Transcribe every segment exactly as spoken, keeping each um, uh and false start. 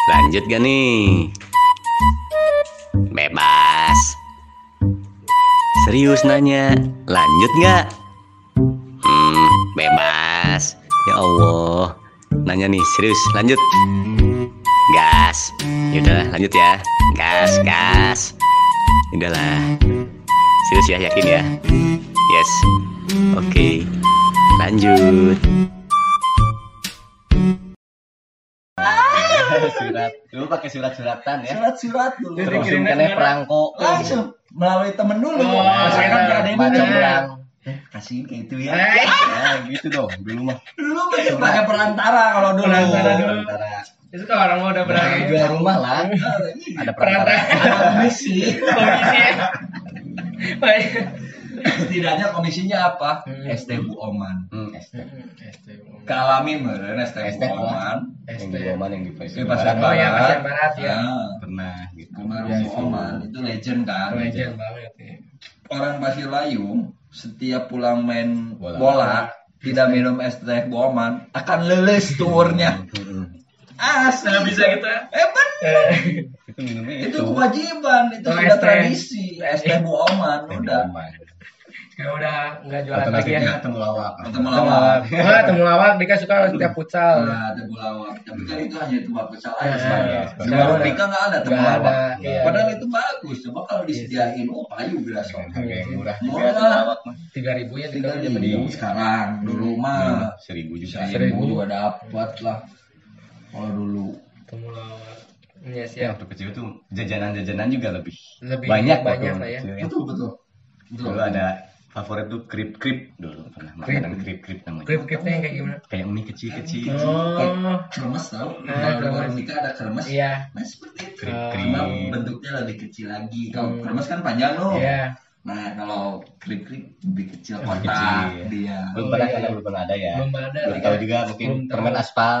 Lanjut gak nih? Bebas. Serius nanya, lanjut gak? Hmm, bebas. Ya Allah, nanya nih, serius, lanjut. Gas. Yaudahlah, lanjut ya. Gas, gas. Udahlah. Serius ya, yakin ya? Yes. Oke. Lanjut. Surat, dulu pakai surat-suratan ya. Surat-surat dulu. Terus kirimkannya perangko. Langsung melalui temen dulu. Oh, Sekarang nggak ada yang macam punya. perang. Eh, kasihin kayak itu ya. Ya gitu dong, dulu mah. Dulu masih pakai perantara kalau dulu. Perantara dulu. Perantara. Itu kalau orang mau udah berani Jual rumah lah. Ada perantara. Komisi. komisi ya. Baik. Setidaknya komisinya apa? Hmm. S T Bu Oman. Hmm, S T. Kealamin meren S T S Bu T Oman. Yang di Oman yang di Di Pasir Pasar Oh, ya, Barat. Pasar Barat, ya. Nah, pernah gitu. Almarhum Ya, Bu Oman itu legend kan. Legend banget ya. Orang Pasir Layung setiap pulang main Bola. bola, tidak minum es teh Bu Oman akan leles tuurnya. Asli. Nggak bisa gitu ya. Eh bener. Eh, Itu minumnya Itu itu. kewajiban, itu Oh, sudah es teh. tradisi. Es teh Bu Oman Yang di udah. Oman. Sekarang udah nggak jualan lagi ya. Alternatifnya temulawak. Ketemu lawak. Wah, temulawak Dika suka setiap futsal. Nah, temu lawak. Tapi kan itu hanya tempat futsal aja Ya, sebenarnya. ya, Di warung Dika nggak ada temu Nggak lawak. ada, iya. Padahal itu bagus. Coba kalau disediain, oh payu berasa. Harga yang murah juga Murah. temulawak mah. Tiga ribu ya Tiga Dika. ribu sekarang. Dulu mah Seribu juga. seribu juga dapat lah. Kalau dulu. Temulawak. Iya Ya, siap. waktu kecil tuh jajanan-jajanan juga lebih, Lebih banyak banyak waktu lah ya. kecil Betul betul. Betul. Dulu ada favorit tuh krip-krip dulu pernah makanan krip-krip namanya. Krip-kripnya yang kayak gimana? Kayak mie kecil-kecil. Oh, Kremes tau. Ah, Kalau di kremes. warung Dika ada kremes. iya. Nah seperti itu. Krip-krip. Cuma bentuknya lebih kecil lagi. Kalau Hmm. kremes kan panjang loh. Iya. Nah kalau krip-krip lebih kecil Lebih kotak kecil. dia. Belum Oh, pernah iya. kan belum pernah ada ya. Belum ada. Belum Dika. tahu juga mungkin Belum tahu. permen aspal.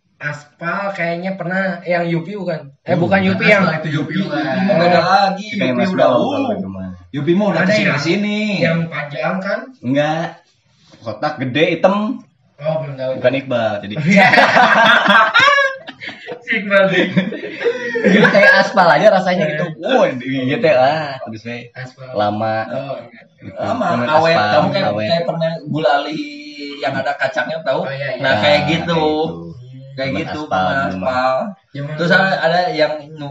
Aspal kayaknya pernah yang Yupi bukan? Eh Hmm, bukan Yupi yang itu Yupi. bukan. Yupi mah beda lagi. Kayak Yupi mas udah Bau uh. kalau itu mah. Yupi mah udah Ada kesini yang- kesini. Yang panjang kan? Enggak. Kotak gede hitam. Oh belum tahu. Bukan Iqbal. Jadi Signal sih. jadi kayak aspal aja rasanya gitu. Wow, gitu ah. Terus saya Aspal. lama. Oh, enggak. Lama Permen awet. aspal, Kamu kayak awet. kayak permen gulali yang ada kacangnya tahu? Oh, iya, iya. Nah Nah, kayak gitu. kayak Kayak Permen gitu aspal, permen dulu mah. aspal. Zaman Terus ada, ada yang nu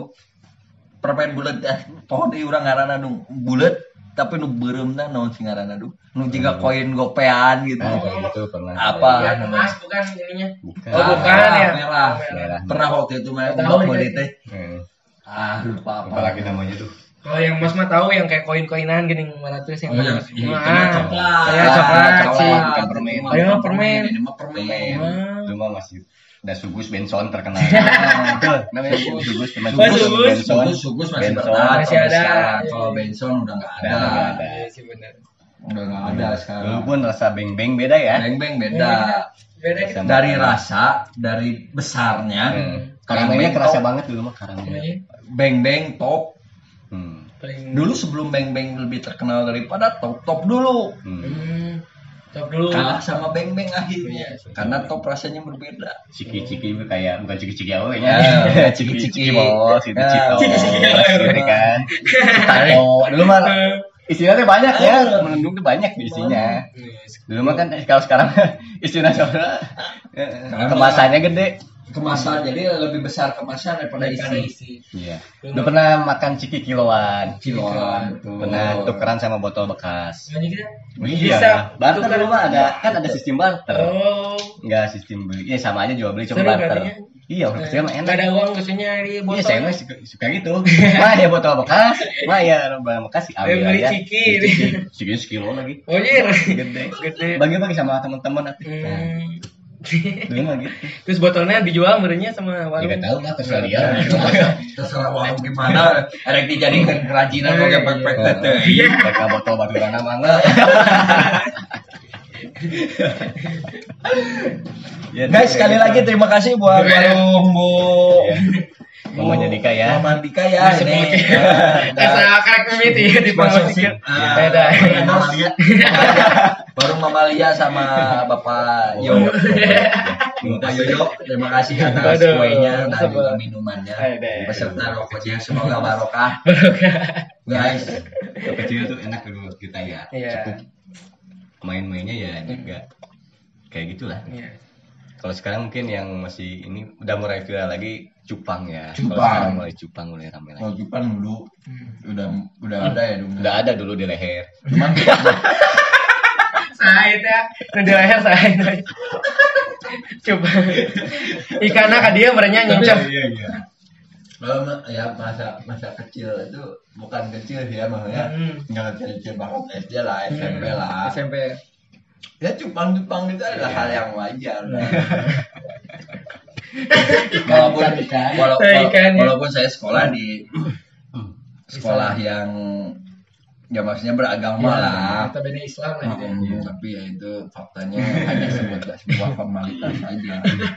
permen bulat eh pohon di urang ngaranna nu bulat tapi nu beureum teh naon sing ngaranna duh. Nu jiga koin gopean gitu. Nah, kayak gitu pernah. Apa? Ya, emas bukan ininya. Bukan. Oh, bukan merah, ya. Merah. Merah. Pernah waktu itu main Tahu, ubah ya. mode teh. Hmm. Ah, lupa apa. Apa lagi namanya tuh? Kalau yang Mas mah tahu yang kayak koin-koinan gini lima ratus yang Oh, yang emas. ini Ah, kena coklat. Kayak coklat. coklat. sih. bukan permen. Ini mah Oh, permen. Ini mah permen. Ah. Itu mah masih ada Sugus Benson terkenal. Betul. Namanya Sugus teman Oh, Sugus. Benson. Sugus, Sugus masih Benson. bertahan. Masih sampai ada. sekarang. Kalau Benson udah nggak ada. Udah nggak ada. Iya sih benar. Udah nggak ada sekarang. Dulu pun rasa beng-beng beda ya. Beng beng beda. Beda gitu. Sama- Dari rasa, dari besarnya. Hmm. Kalau Karamelnya beng kerasa top, banget dulu mah karamel. Iya. Beng beng top. Hmm. Paling Dulu sebelum beng beng lebih terkenal daripada top top dulu. Hmm. Hmm. Top dulu. Kalah sama beng beng akhirnya. Iya. Karena top rasanya berbeda. Ciki-ciki itu kayak bukan ciki-ciki awalnya. Ya, Ciki-ciki ciki-ciki. bos, itu Ya, cito. ciki-ciki Gitu kan. Cito. Dulu mah istilahnya banyak ya. Melendung tuh banyak di isinya. Dulu mah kan kalau sekarang istilah soalnya kemasannya gede. Kemasan jadi lebih besar kemasan daripada Daripada isi. isi. Iya. Udah pernah makan ciki kiloan. Kiloan, betul. Pernah tukeran sama botol bekas. Gimana gitu? Iya. Bisa. Barter Tukeran. dulu mah ada kan ada sistem barter. Oh. Enggak sistem beli. Iya sama aja jual beli cuma Seru barter. berarti ya? Iya, waktu kecil mah Nggak enak. ada uang kesini di botol. Iya, saya mah suka, suka gitu. Wah, ya botol bekas. Wah, ya barang bekas sih ambil Beli aja. ciki. Beli ciki. Ciki sekilo lagi. Oh iya. Gede. Gede. Bagi-bagi sama teman-teman atuh. Nah, Hmm. dulu mah gitu. Terus botolnya dijual merenya sama Ya warung. enggak tahu lah terserah dia. Terserah warung gimana. Ada dijadikan kerajinan Iya, pakai iya. pepek teh. Iya. Mereka botol batu gana mangga. Ya, Guys, sekali lagi terima kasih buat warung Bu. Mamanya Dika ya. Mama Dika ya Bisa ini. pakai. Asal karek mimiti ya di bawah Sponsorship. sedikit. Ah, Beda. endorse. baru Mamalia sama Bapak Yo. Bapak Yoyo, terima kasih atas Aduh, kuenya dan sama- juga minumannya Aduh. beserta rokoknya, semoga barokah. Guys, Kecil tuh enak dulu kita ya. Iya. Cukup main-mainnya ya juga kayak gitulah. Iya. Kalau sekarang mungkin yang masih ini udah mulai viral lagi cupang ya. Kalau Cupang. sekarang mulai cupang mulai rame lagi. kalau Jepang dulu udah udah ada ya dong. Udah ada dulu di leher. Cuman Saya ya, nanti leher saya. Coba. Ikannya ka dia merenya nyincap. Iya iya. kalau ma- ya masa masa kecil itu bukan kecil sih ya maksudnya Hmm. nggak kecil kecil banget S D lah S M P lah. S M P. Ya cupang-cupang itu adalah hal yang wajar. walaupun wala- Saya ikan, ya. walaupun saya sekolah di sekolah yang ya maksudnya beragama lah. Kita beda Islam lah gitu. Hmm, tapi ya itu faktanya hanya sebuah sebuah formalitas saja.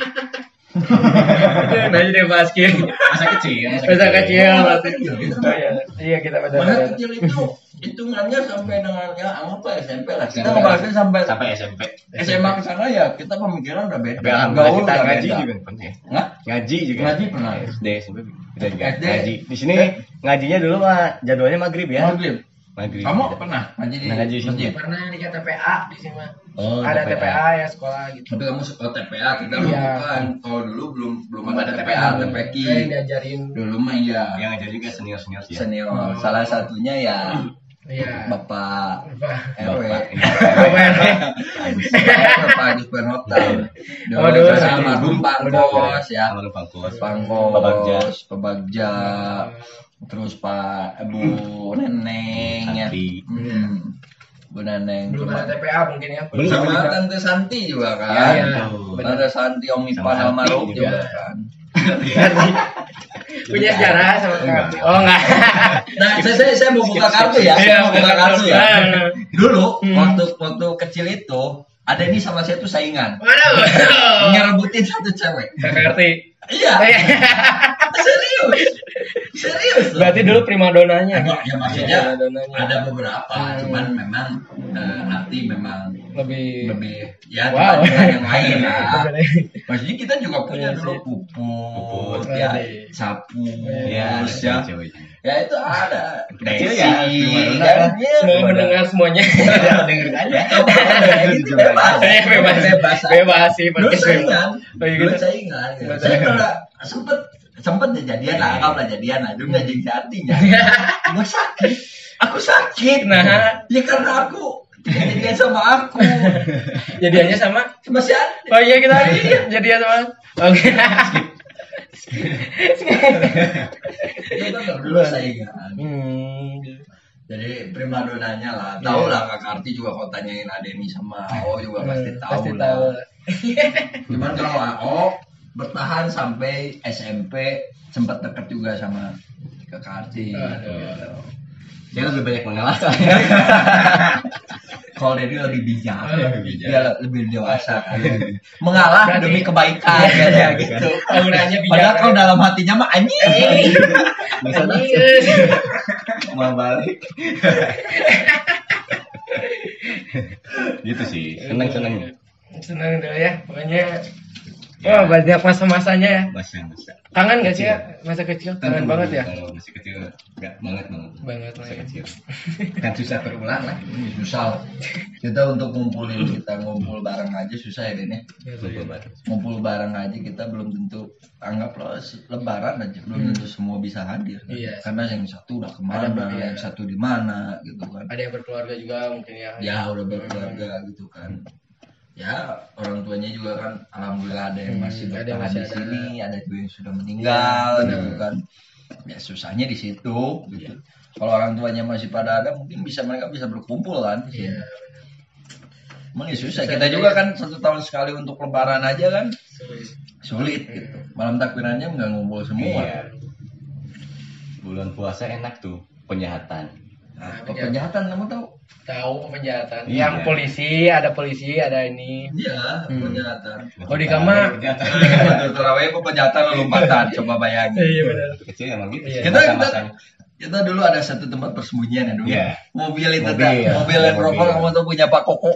Nah jadi bahas kia. Masa kecil. Masa kecil berarti. Kecil, gitu. Oh, iya. Iya kita beda. Masa beda. kecil itu hitungannya sampai dengan ya anggaplah S M P lah. Kita S M P. ngebahasnya sampai Sampai S M P. S M A ke sana ya kita pemikiran udah beda. Tapi alhamdulillah Gaul kita udah ngaji beda. juga pernah ya. Nggak? Ngaji juga. Ngaji pernah. S D S M P kita juga S D. ngaji. Di sini ngajinya dulu mah jadwalnya maghrib ya. Maghrib. Maghrib. Kamu pernah ngaji di Pernah ngaji di sini. masjid? Pernah di T P A di sini mah. Oh, Ada T T P A ya sekolah gitu. Tapi kamu suka T P A kita Iya. bukan. Kalau dulu belum belum Belum ada ada T P A, T P A. T P K. Saya yang diajarin. Dulu mah iya. Yang ngajar juga senior senior sih. Ya. Senior. Oh. Salah satunya ya Iya. Bapak Apa? R W. Bapak. Bapak Agus Penota. Dulu Oh, dulu. sama Rumpang Kos ya. Sama numpang kos. Pangkos, Babagja. Pabagja, terus Pak Bu Neneng ya. Santi. Hmm. Bu Neneng. Belum ada T P A mungkin ya. Belum. Sama Tante Santi juga kan. Iya, iya. Tante Santi Om Ipan Sama sama Santi Rok juga. juga kan. Punya sejarah sama Enggak. kartu. Oh enggak. Nah, saya, saya, saya mau buka kartu ya. Saya mau buka kartu ya. Ah. Dulu Hmm. waktu waktu kecil itu ada ini sama saya tuh saingan. Waduh. Ngerebutin satu cewek. Kakak ngerti. Iya, serius. Serius. loh. Berarti dulu primadonanya. Ada, ya maksudnya Primadonanya. ada beberapa, Hmm. cuman memang eh, hati memang lebih lebih ya Wow. dibandingkan yang lain lah. Maksudnya kita juga punya Iya dulu sih. puput, Puput. ya Iya. sapu, Iya, terus ya, cewek. ya itu ada. Kecil Desi, ya, primadona kan? kan? Iya, semua primadona. mendengar semuanya. Ya dengerin aja. Itu bebas, Eh, bebas, bebas, bebas sih. Dulu podcast saingan, Oh, iya dulu gitu. saingan. gitu. Betul. Saya pernah sempet sempet ya jadian lah, anggaplah jadian lah. Dulu nggak jadi artinya. Gue sakit, aku sakit. Nah. Ya karena aku tidak jadian sama aku, Jadiannya sama. sama si Andi. Oh iya kita jadian sama. Oke. Itu kan dulu saingan. Hmm. Jadi primadonanya lah, tahu lah Kak Karti juga kalau tanyain Adeni sama O juga pasti Hmm, tahu pasti lah. tahu. Cuman kalau O bertahan sampai S M P sempat dekat juga sama Kak Karti. Aduh. Dia lebih banyak mengalah. Kalau Dedi lebih bijak, Lebih bijak. dia lebih dewasa kan. Mengalah Berarti- demi kebaikan ya gitu. Penggunaannya bijak. Padahal kalau dalam hatinya mah anjing. Anjing. Mau balik. Gitu sih, seneng-seneng. Senang dulu ya, pokoknya. Wah banyak masa-masanya ya. Masa masa. Kangen gak sih ya masa kecil? Kangen banget ya. Kalau masih kecil, enggak banget banget. Banget Masa lah ya. kecil. Kan susah terulang lah. Susah. Kita untuk ngumpulin kita ngumpul bareng aja susah ya Den ya. Lupa banget. Ngumpul bareng aja kita belum tentu anggaplah se- lebaran aja belum tentu semua bisa hadir. Iya. Karena yang satu udah kemana, Ada, iya. yang satu di mana gitu kan. Ada yang berkeluarga juga mungkin ya. Ya udah berkeluarga gitu kan. Ya orang tuanya juga kan alhamdulillah ada yang masih Hmm, ada yang bertahan masih di ada. sini, ada juga yang sudah meninggal Iya, gitu kan. Ya susahnya di situ gitu. Kalau orang tuanya masih pada ada mungkin bisa mereka bisa berkumpul kan di sini. Iya. Emang ya susah. Susah Kita juga juga ya. kan satu tahun sekali untuk lebaran aja kan Sulit. sulit gitu. Malam takbirannya nggak ngumpul semua. Iya. Bulan puasa enak tuh penjahatan. Nah, penjahatan kamu tahu? Tahu penjahatan. Iya. Yang polisi, ada polisi, ada ini. Iya, Hmm. penjahatan. Oh di kamar. Waktu terawih apa penjahatan atau lompatan? Coba bayangin. Iya benar. Kecil emang gitu. Iya. sih, Kita kita, masa-masanya. kita dulu ada satu tempat persembunyian ya dulu. Iya. Mobil itu Mobil, mobil, mobil Land Rover mobil. kamu tuh punya Pak Koko.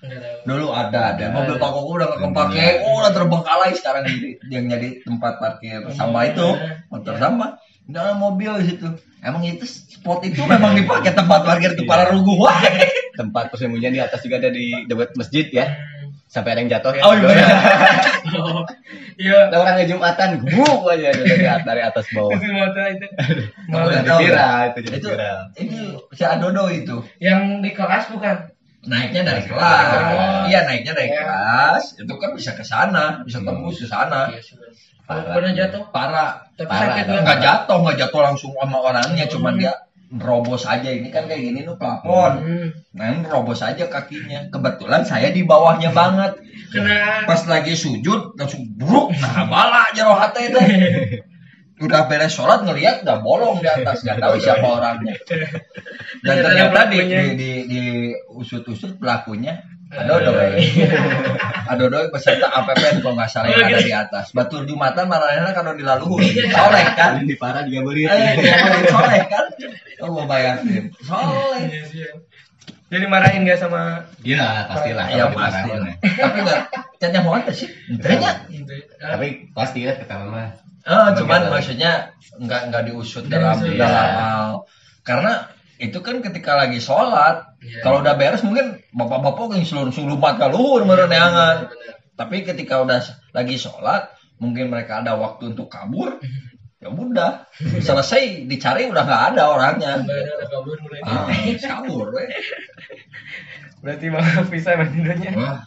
Enggak tahu. Dulu ada, ada. Mobil Pak Koko udah nggak kepake, oh udah terbengkalai sekarang jadi yang jadi tempat parkir sampah itu, motor sampah. Dalam mobil di situ. Emang itu spot itu memang dipakai tempat parkir tuh para rugu. Wah. Tempat persembunyian di atas juga ada di dekat masjid ya. Sampai ada yang jatuh ya. Oh iya. Oh, iya. Ada orang ngejumatan, gubuk aja dari atas, dari atas bawah. Itu motor itu. Mau Jadi tahu viral, itu jadi Itu viral. itu si Adodo itu. Yang di kelas bukan? Naiknya dari kelas. Oh. Iya, naiknya dari Ya. kelas. Itu kan bisa ke sana, bisa tembus ke sana. Iya, sudah. Kalau pernah jatuh? Parah. Tapi Parah, sakit ada. juga. Enggak jatuh, enggak jatuh langsung sama orangnya, cuman dia nerobos aja. Ini kan kayak gini tuh plafon. Hmm. Nah, ini nerobos aja kakinya. Kebetulan saya di bawahnya banget. Kena Pas lagi sujud langsung buruk. Nah, bala aja roh hati itu. Udah beres sholat ngelihat udah bolong di atas, nggak tahu siapa orangnya. Dan Ternyata ternyata di, pelakunya. di, di, di usut-usut pelakunya Adodo ya. Adodo beserta A P P kalau nggak salah yang ada di atas. Batur Jumatan marahnya kalau dilaluhur. Soleh kan? Di parah juga beli. Eh, dia soleh kan? Oh, mau bayarin. Soleh. Iya, sih. Jadi marahin gak sama Iya, pastilah. Ya kalau pasti dimarahin. lah. Tapi nggak, canya mau ada sih. Tanya. itu? Tapi pasti ya ketahuan mah. Oh, cuman Begitu. maksudnya nggak nggak diusut Nggak dalam diusut, dalam ya. hal karena itu kan ketika lagi sholat, Iya. kalau udah beres mungkin bapak-bapak yang seluruh seluruh lumat kaluhur mereneangan. Tapi ketika udah lagi sholat, mungkin mereka ada waktu untuk kabur. Ya udah, selesai dicari udah nggak ada orangnya. Baru udah kabur mulai. Ah, kabur, weh. Berarti maaf bisa mandinya. Wah,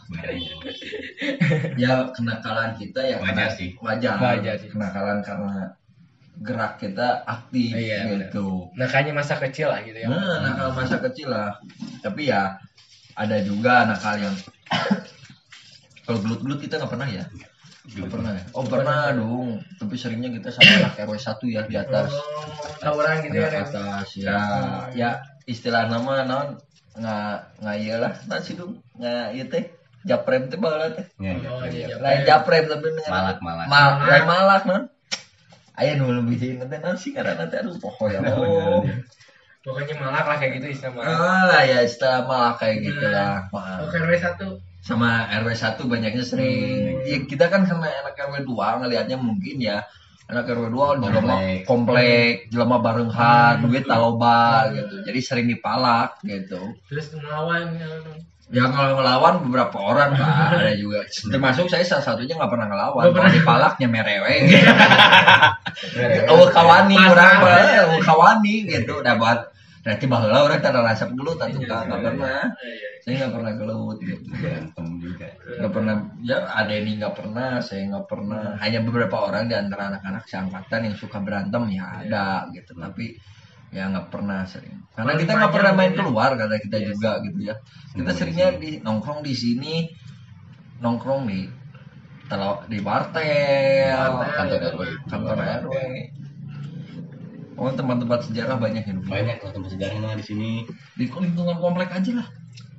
ya kenakalan kita ya Wajar kena- sih. wajar, Wajar sih. kenakalan karena gerak kita aktif Iya, benar. gitu. Nakanya masa kecil lah gitu ya. Nah, nakal masa kecil lah. Tapi ya ada juga nakal yang kalau gelut-gelut kita nggak pernah ya. Nggak pernah ya. Oh pernah dong. Tapi seringnya kita sama anak R W satu ya di atas. Oh, tawuran gitu ya. Di Ren? atas ya. Ya istilah nama non nggak nggak iya lah. Nasi dong nggak iya teh. Japrem teh baheula teh. Ya, Oh, iya, iya. Lain japrem tapi dengan Malak, malak. Mal, lain malak non. Aya nu lebih sih nanti nasi karena nanti aduh poho ya. Oh. Pokoknya malak lah kayak gitu istilah malak. Ah ya istilah malak kayak gitu lah. Wah. Oke, R W satu. Sama R W satu banyaknya sering. Ya, kita kan karena anak R W dua ngelihatnya mungkin ya anak R W dua jelema Komplek. komplek, jelema barengan, duit taloba gitu. Jadi sering dipalak gitu. Terus melawan ya. Ya kalau ngelawan beberapa orang lah ada juga. Termasuk saya salah satunya nggak pernah ngelawan. Nggak Kalau pernah. dipalaknya merewe. Oh kawani orang Pasrah. oh kawani gitu. Udah buat berarti baheula orang tanda rasa gelut atuh Kang. Nggak pernah. Saya nggak pernah gelut gitu. Berantem juga. Nggak pernah ya ada ini nggak pernah saya nggak pernah hanya beberapa orang di antara anak-anak seangkatan yang suka berantem ya ada gitu tapi ya nggak pernah sering karena kita nggak pernah main keluar karena kita juga gitu ya kita seringnya di nongkrong di sini nongkrong di telo di wartel Kantor R W. kantor R W oh tempat-tempat sejarah banyak yang Banyak lah tempat sejarah mah di sini. di lingkungan komplek aja lah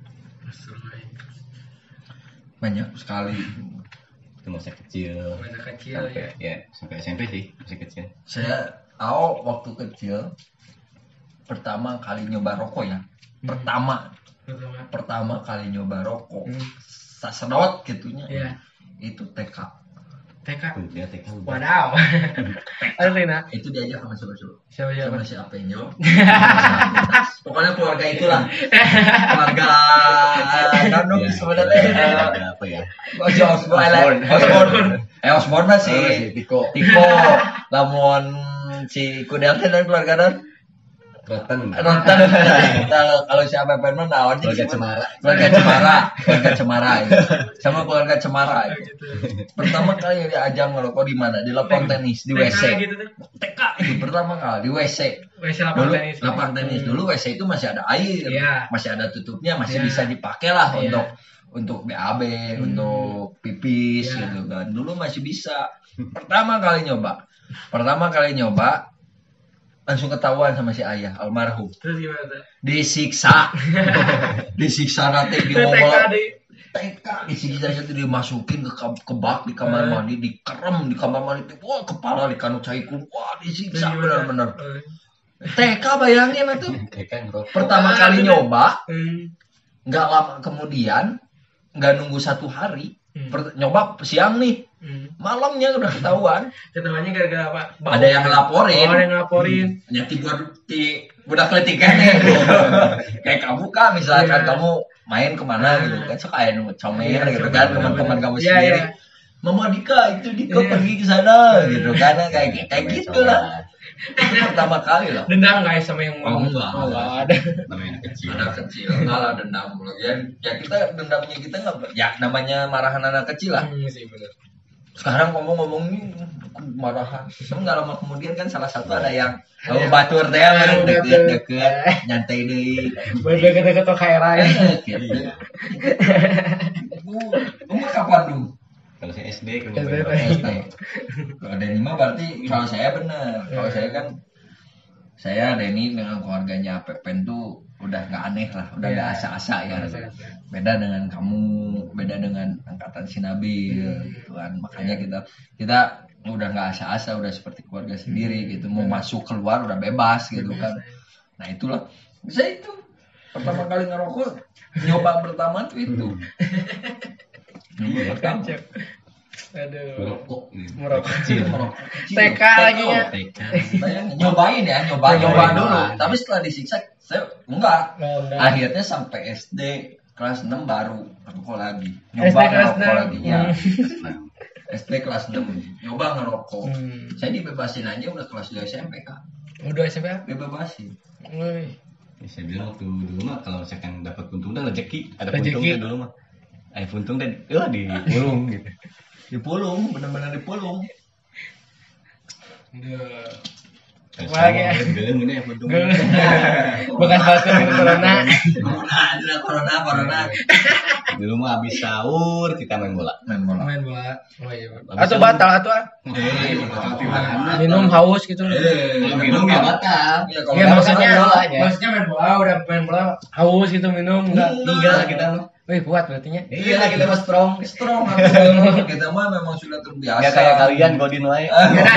banyak sekali Itu masa kecil. Masa kecil ya. Sampai ya, sampai S M P sih, masih kecil. saya awal waktu kecil pertama kali nyoba rokok ya pertama Pertama. pertama kali nyoba rokok Hmm. sasedot gitunya Iya. itu T K T K. Udah T K udah. Wadaw. Arlina. itu diajak sama siapa-siapa Siapa siapa? sama si Apenyo pokoknya keluarga itulah keluarga nano Ya, sebenarnya ada apa ya? oh si Osborne Osborne eh Osborne mah si Oh, si Tiko. Tiko lamun si Kudel teh dan keluarga non Rotten. nonton kalau si Ape Pen mah naon Keluarga sih? Cemara. keluarga Cemara keluarga Cemara ya. Sama keluarga Cemara ya. Gitu. Pertama kali diajak ngerokok di mana? Di lapang tenis, di W C. T K gitu tuh. T K itu pertama kali di W C. W C lapang Dulu tenis. lapang tenis Hmm. dulu W C itu masih ada air, Iya. masih ada tutupnya, masih Iya. bisa dipakai lah Iya. untuk untuk B A B, Hmm. untuk pipis Iya. gitu kan. Dulu masih bisa. Pertama kali nyoba. Pertama kali nyoba langsung ketahuan sama si ayah almarhum. Terus gimana tuh? Disiksa. Disiksa nanti di T K ngomong di T K disiksa itu dimasukin ke kam- ke bak di kamar Eh. mandi dikerem di kamar mandi wah kepala di kanu caikun wah disiksa benar-benar T K bayangin itu T K ngerokok. pertama Wah, kali bener. nyoba Hmm. nggak lama kemudian nggak nunggu satu hari. Hmm. Per- nyoba siang nih, Hmm. malamnya udah ketahuan. Ketahuannya gara-gara apa? Bau. Ada yang ngelaporin. Oh, ada yang ngelaporin. Nyati buat di budak letikan nih. Kayak kamu kan misalkan Iya. kamu main kemana gitu kan, suka kayak nunggu comel gitu kan, teman-teman kamu Iya, sendiri. iya. Mama Dika itu Dika Iya. pergi ke sana gitu kan, kayak kayak gitu lah. Itu pertama kali lah. Dendam guys sama yang Oh, enggak. Oh, enggak ada. Namanya anak kecil. Anak kecil, enggak lah dendam. Ya, ya kita dendamnya kita nggak, ber- ya namanya marahan anak kecil lah. Hmm, sih benar. Sekarang ngomong-ngomong ini aku marahan. Terus nggak lama kemudian kan salah satu ada yang oh, batur teh Iya. deket-deket nyantai deui. Buat deket-deket tuh kayak raya. Gitu. Umur kapan dong? Kalau saya S D ke S D. S D. Kalau Denny mah berarti kalau saya benar. Kalau saya kan saya Denny dengan keluarganya Pepen tuh udah nggak aneh lah, udah nggak Iya. asa-asa ya. Asa-asa. Beda dengan kamu, beda dengan angkatan Sinabil gitu kan. Makanya kita kita udah nggak asa-asa, udah seperti keluarga sendiri gitu. Mau masuk keluar udah bebas gitu kan. Nah itulah saya itu pertama kali ngerokok, nyoba pertama tuh itu. Nyoba pertama. Kacau. Aduh. merokok nih. Merokok. Kecil. T K lagi ya. T K. Bayangin, nyobain ya, nyoba Nyobain. nyoba dulu. Tapi setelah disiksa, saya enggak. Oh, enggak. Akhirnya sampai S D kelas enam baru ngerokok lagi. S D Nyoba kelas ngerokok enam. lagi. Ya. Hmm. S D kelas enam nyoba ngerokok. Hmm. Saya dibebasin aja udah kelas dua S M P kan. Udah S M P. Dibebasin. Woi. Ya, saya bilang waktu dulu mah kalau misalkan dapat puntung dan rezeki, ada Rezeki. puntung deh dulu mah. Ada puntung dan ya dipulung gitu. Dipulung, benar-benar dipulung. Udah. Terus Lagi ya. gelem ini ya puntung. Bekas batuk gitu corona. Corona, ada corona, corona. Dulu mah habis sahur kita main bola. Main bola. Main bola. Oh iya. Habis Atau sahur. batal atau ah. Eh, Minum haus gitu. Eh, Kalau minum ya batal. Ya, kalau Iya nggak maksudnya, makan bolanya. maksudnya main bola udah main bola haus gitu minum enggak Enggak lah kita mah. Wih kuat berarti nya. Iya lah kita mah strong. strong aku. Kita mah memang sudah terbiasa. Enggak kayak kalian godin wae.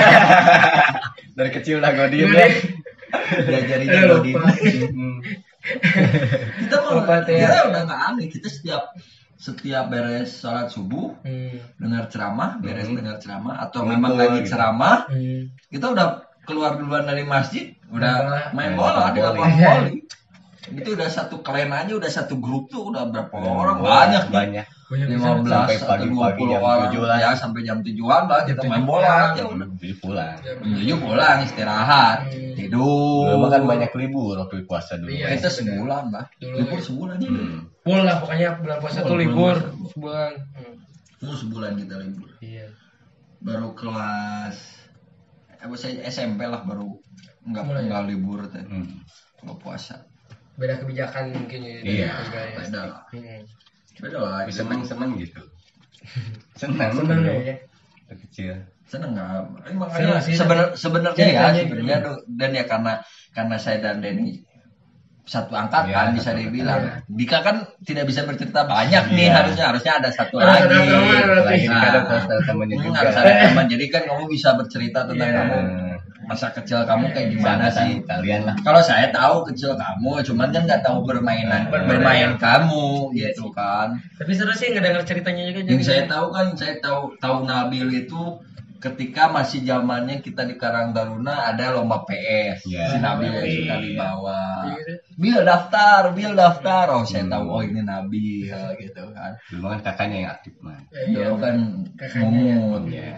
Dari kecil lah godin Godin. ya. Diajarinnya Aduh, Godin. lupa. Hmm. Kita mah Lupa tuh ya. kita udah nggak aneh. Kita setiap setiap beres sholat subuh Hmm. dengar ceramah, beres Hmm. dengar ceramah atau Ngumpul memang lagi gitu. ceramah, Hmm. kita udah keluar duluan dari masjid, udah Main main bola. bola, di lapangan Iya. voli. Itu udah satu klan aja, udah satu grup tuh udah berapa Hmm. orang banyak nih. banyak. Banyak lima bisa. belas Sampai atau pagi-pagi dua puluh jam orang tujuh lah. ya sampai jam tujuan lah kita main bola aja udah. Jadi pulang. Tujuh pulang istirahat, Hmm. tidur. Dulu mah kan banyak libur waktu puasa dulu. Iya. Kita sebulan lah. Dulu. Libur sebulan aja. Hmm. Full lah pokoknya bulan puasa Full, tuh bulan libur puasa. sebulan. Hmm. Full sebulan kita libur. Iya. Baru kelas apa saya S M P lah baru enggak Mulai. enggak libur teh. Hmm. Kalau puasa. Beda kebijakan mungkin ya. dari Iya, keluarga ya. Beda lah. Hmm. Beda lah. Tapi seneng-seneng gitu. Senang. Senang dulu. ya. Waktu kecil. Seneng nggak? Eh, makanya Seneng sih, sebenar sebenarnya ya Ceritanya sebenarnya tuh, dan ya karena karena saya dan Denny satu angkatan Iya, bisa satu dibilang. angkatan. Dika kan tidak bisa bercerita banyak nih Iya. harusnya harusnya ada satu Ada lagi. satu teman, berarti. Lagi Nah, ada poster temannya hmm, juga. harus ada teman. Jadi kan kamu bisa bercerita tentang Iya. kamu masa kecil kamu kayak gimana Sana sih? kalian lah. Kalau saya tahu kecil kamu, cuman kan nggak tahu permainan Bermain. bermain kamu Iya gitu sih. kan. Tapi seru sih ngedenger ceritanya juga. Yang jadi. saya tahu kan, saya tahu tahu Nabil itu ketika masih zamannya kita di Karang Taruna ada lomba P S. Iya. Si Nabil yang Iya. suka dibawa. Iya. Bil daftar, Bil daftar. Oh, saya Hmm. tahu oh ini Nabil gitu kan. Dulu kan kakaknya yang aktif mah. Iya. Dulu kan Kakaknya. ngomong. Iya.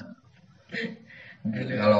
Jadi kalau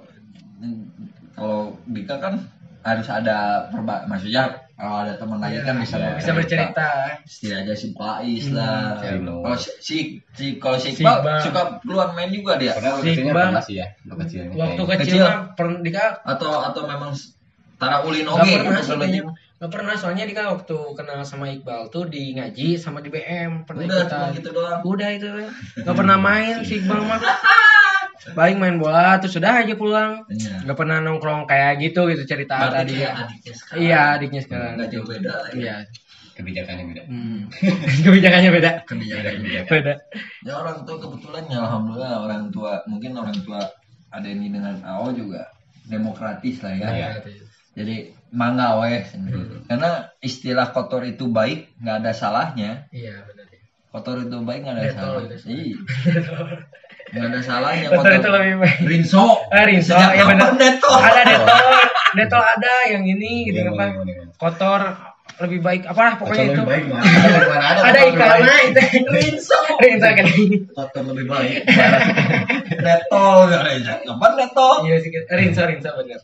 kalau Dika kan harus ada perba maksudnya kalau ada teman lagi kan bisa Iya. Bisa bercerita. setidaknya si Pais Hmm, lah. iya. Kalau si, si, si- kalau si Si Iqbal Iqbal. suka keluar main juga dia. Pernah waktu Si kecilnya Iqbal. pernah sih ya. Waktu kecilnya. Waktu Kayak- kecil Kecil. mah pernah Dika atau atau memang tara ulin Gak oge pernah gitu sih kalau kayaknya. gitu. Gak pernah soalnya Dika waktu kenal sama Iqbal tuh di ngaji sama di B M pernah Udah ikutan. cuma gitu doang. Udah itu gak pernah main si Iqbal mah. Paling main bola terus sudah aja pulang. Iya. Gak pernah nongkrong kayak gitu gitu cerita Berarti tadi. kayak adiknya sekarang. Iya adiknya sekarang. Nggak jauh beda lah ya. Iya. kebijakannya beda. Hmm. Kebijakannya beda. Kebijakan Beda. ya orang tua kebetulan ya alhamdulillah orang tua mungkin orang tua ada ini dengan A O juga demokratis lah ya. Iya. Jadi mangga weh. Hmm. Karena istilah kotor itu baik nggak ada salahnya. Iya benar ya. Kotor itu baik nggak ada Detol salah. itu. Iya. Nggak ada salahnya. Kotor itu lebih baik. Rinso. Ah, Rinso, Sejak ya benar. kapan Detol? Ada detol, detol ada yang ini gitu Iya, apa? iya, iya. Kotor lebih baik apalah pokoknya Kotor itu. lebih baik mana? Ada mana ada? Ada kotor lebih ikannya baik. itu. Rinso, Rinso kan. Kotor lebih baik. Mana sih? Detol nggak ada. Kapan Detol? Iya sih, Rinso, Rinso benar.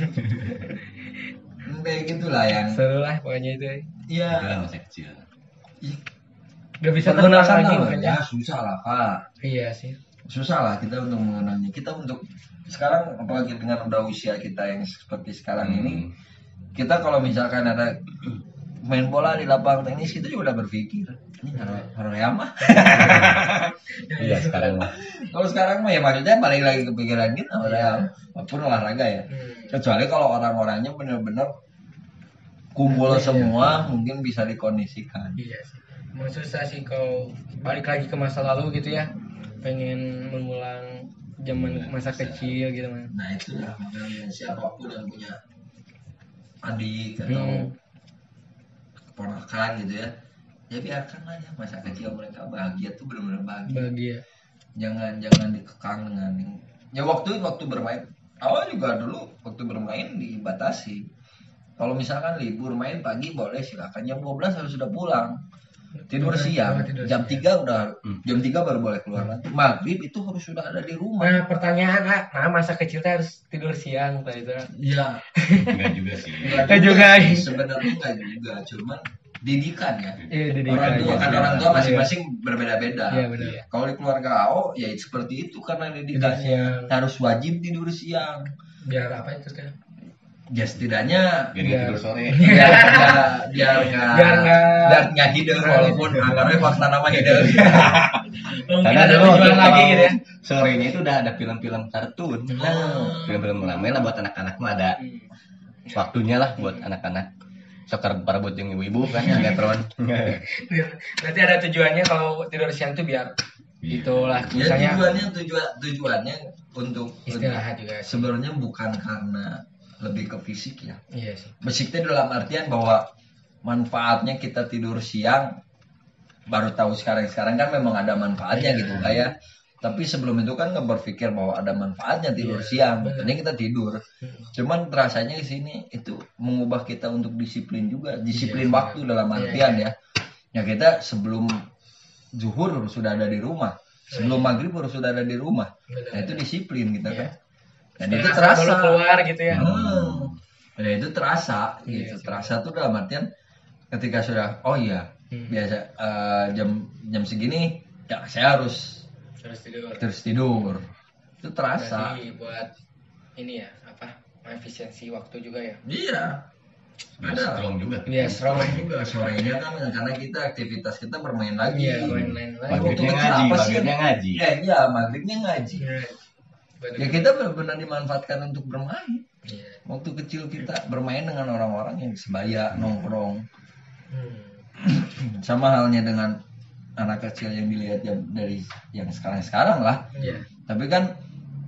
Kayak gitulah yang. Seru lah pokoknya itu. Iya. Itu kan masa kecil. Gak bisa terulang Pergunakan lagi namanya makanya. susah lah Pak. Iya sih. Susah lah kita untuk mengenalnya. Kita untuk sekarang apalagi dengan udah usia kita yang seperti sekarang ini, Hmm. kita kalau misalkan ada main bola di lapangan tenis kita juga udah berpikir ini harus harus ya mah. Iya sekarang mah. Kalau sekarang mah ya maksudnya balik lagi ke pikiran kita udah apapun olahraga ya. Hmm. Kecuali kalau orang-orangnya benar-benar kumpul semua mungkin bisa dikondisikan. Iya sih. Mau susah sih kalau balik lagi ke masa lalu gitu ya. Pengen mengulang zaman masa kecil gitu man. Nah itu lah makanya siapapun yang punya adik atau Hmm. keponakan gitu ya, ya biarkan aja masa kecil mereka bahagia tuh benar-benar bahagia. Bahagia. Jangan jangan dikekang dengan yang- ya waktu waktu bermain. Awal juga dulu waktu bermain dibatasi. Kalau misalkan libur main pagi boleh silakan, jam dua belas harus sudah pulang. Tidur siang, Tidur jam siang. tiga udah jam tiga baru boleh keluar lagi. Maghrib itu harus sudah ada di rumah. Nah pertanyaan, ah, nah masa kecil teh harus tidur siang Pak itu. Iya. Enggak juga sih. Enggak juga. sih, sebenarnya enggak juga, cuman didikan ya. Iya didikan. Orang tua kan Iya. orang tua masing-masing berbeda-beda. Iya benar. Kalau di keluarga A O ya seperti itu karena didikannya siang. harus wajib tidur siang. Biar apa itu kan? Ya setidaknya Biar nggak tidur sore. biar nggak biar nggak Biar nggak- biar nggak hidup walaupun anggapnya fakta nama hidup. Mungkin Karena ada dulu tujuan waktu lagi kalau gitu ya. sorenya itu udah ada film-film kartun. Nah, Film-film ramai lah buat anak-anak mah ada Hmm. waktunya lah buat anak-anak. Sokar para buat yang ibu-ibu kan sinetron. Berarti ada tujuannya kalau tidur siang tuh biar itulah ya misalnya tujuannya tujuan tujuannya untuk istirahat juga sih. sebenarnya bukan karena lebih ke fisik ya. Iya sih. Fisiknya dalam artian bahwa manfaatnya kita tidur siang baru tahu sekarang-sekarang kan memang ada manfaatnya Iya. gitu Kak ya. Tapi sebelum itu kan nggak berpikir bahwa ada manfaatnya tidur Iya, siang. benar. Ini kita tidur. Cuman rasanya di sini itu mengubah kita untuk disiplin juga, disiplin Iya, waktu iya. dalam Iya, artian iya. ya. Ya kita sebelum zuhur sudah ada di rumah. Sebelum maghrib harus sudah ada di rumah. Benar, Nah itu benar. disiplin kita Iya. kan. Dan itu Asal terasa. baru keluar gitu ya. Hmm. Ya itu terasa Iya, gitu. sih. Terasa tuh dalam artian ketika sudah oh iya Hmm. biasa eh, jam jam segini ya saya harus Terus tidur. terus tidur. Itu terasa. Berarti buat ini ya apa? Efisiensi waktu juga ya. Iya. Biar Ada. strong juga. Iya, strong. Juga sorenya kan karena kita aktivitas kita bermain lagi. Iya, main-main lagi. Waktu Maghribnya kecil ngaji, apa sih? maghribnya ngaji. Ya, iya, maghribnya ngaji. Iya. Benar. Ya kita benar-benar dimanfaatkan untuk bermain. Iya. Waktu kecil kita bermain dengan orang-orang yang sebaya, nongkrong. Hmm. Sama halnya dengan anak kecil yang dilihat yang dari yang sekarang-sekarang lah. Iya. Tapi kan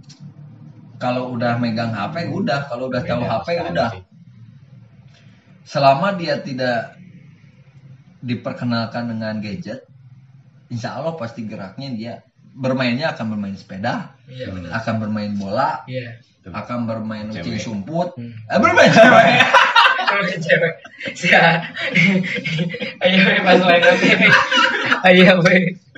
kalau udah megang H P udah, kalau udah tahu Beda H P sekarang udah. sih. Selama dia tidak diperkenalkan dengan gadget, insya Allah pasti geraknya dia bermainnya akan bermain sepeda, Iya benar. akan bermain bola, Iya. akan bermain ucing Cewek. sumput, Hmm. eh, bermain cewek. Kalau cewek. Sia. Ayo we, pas main nanti. Ayo we.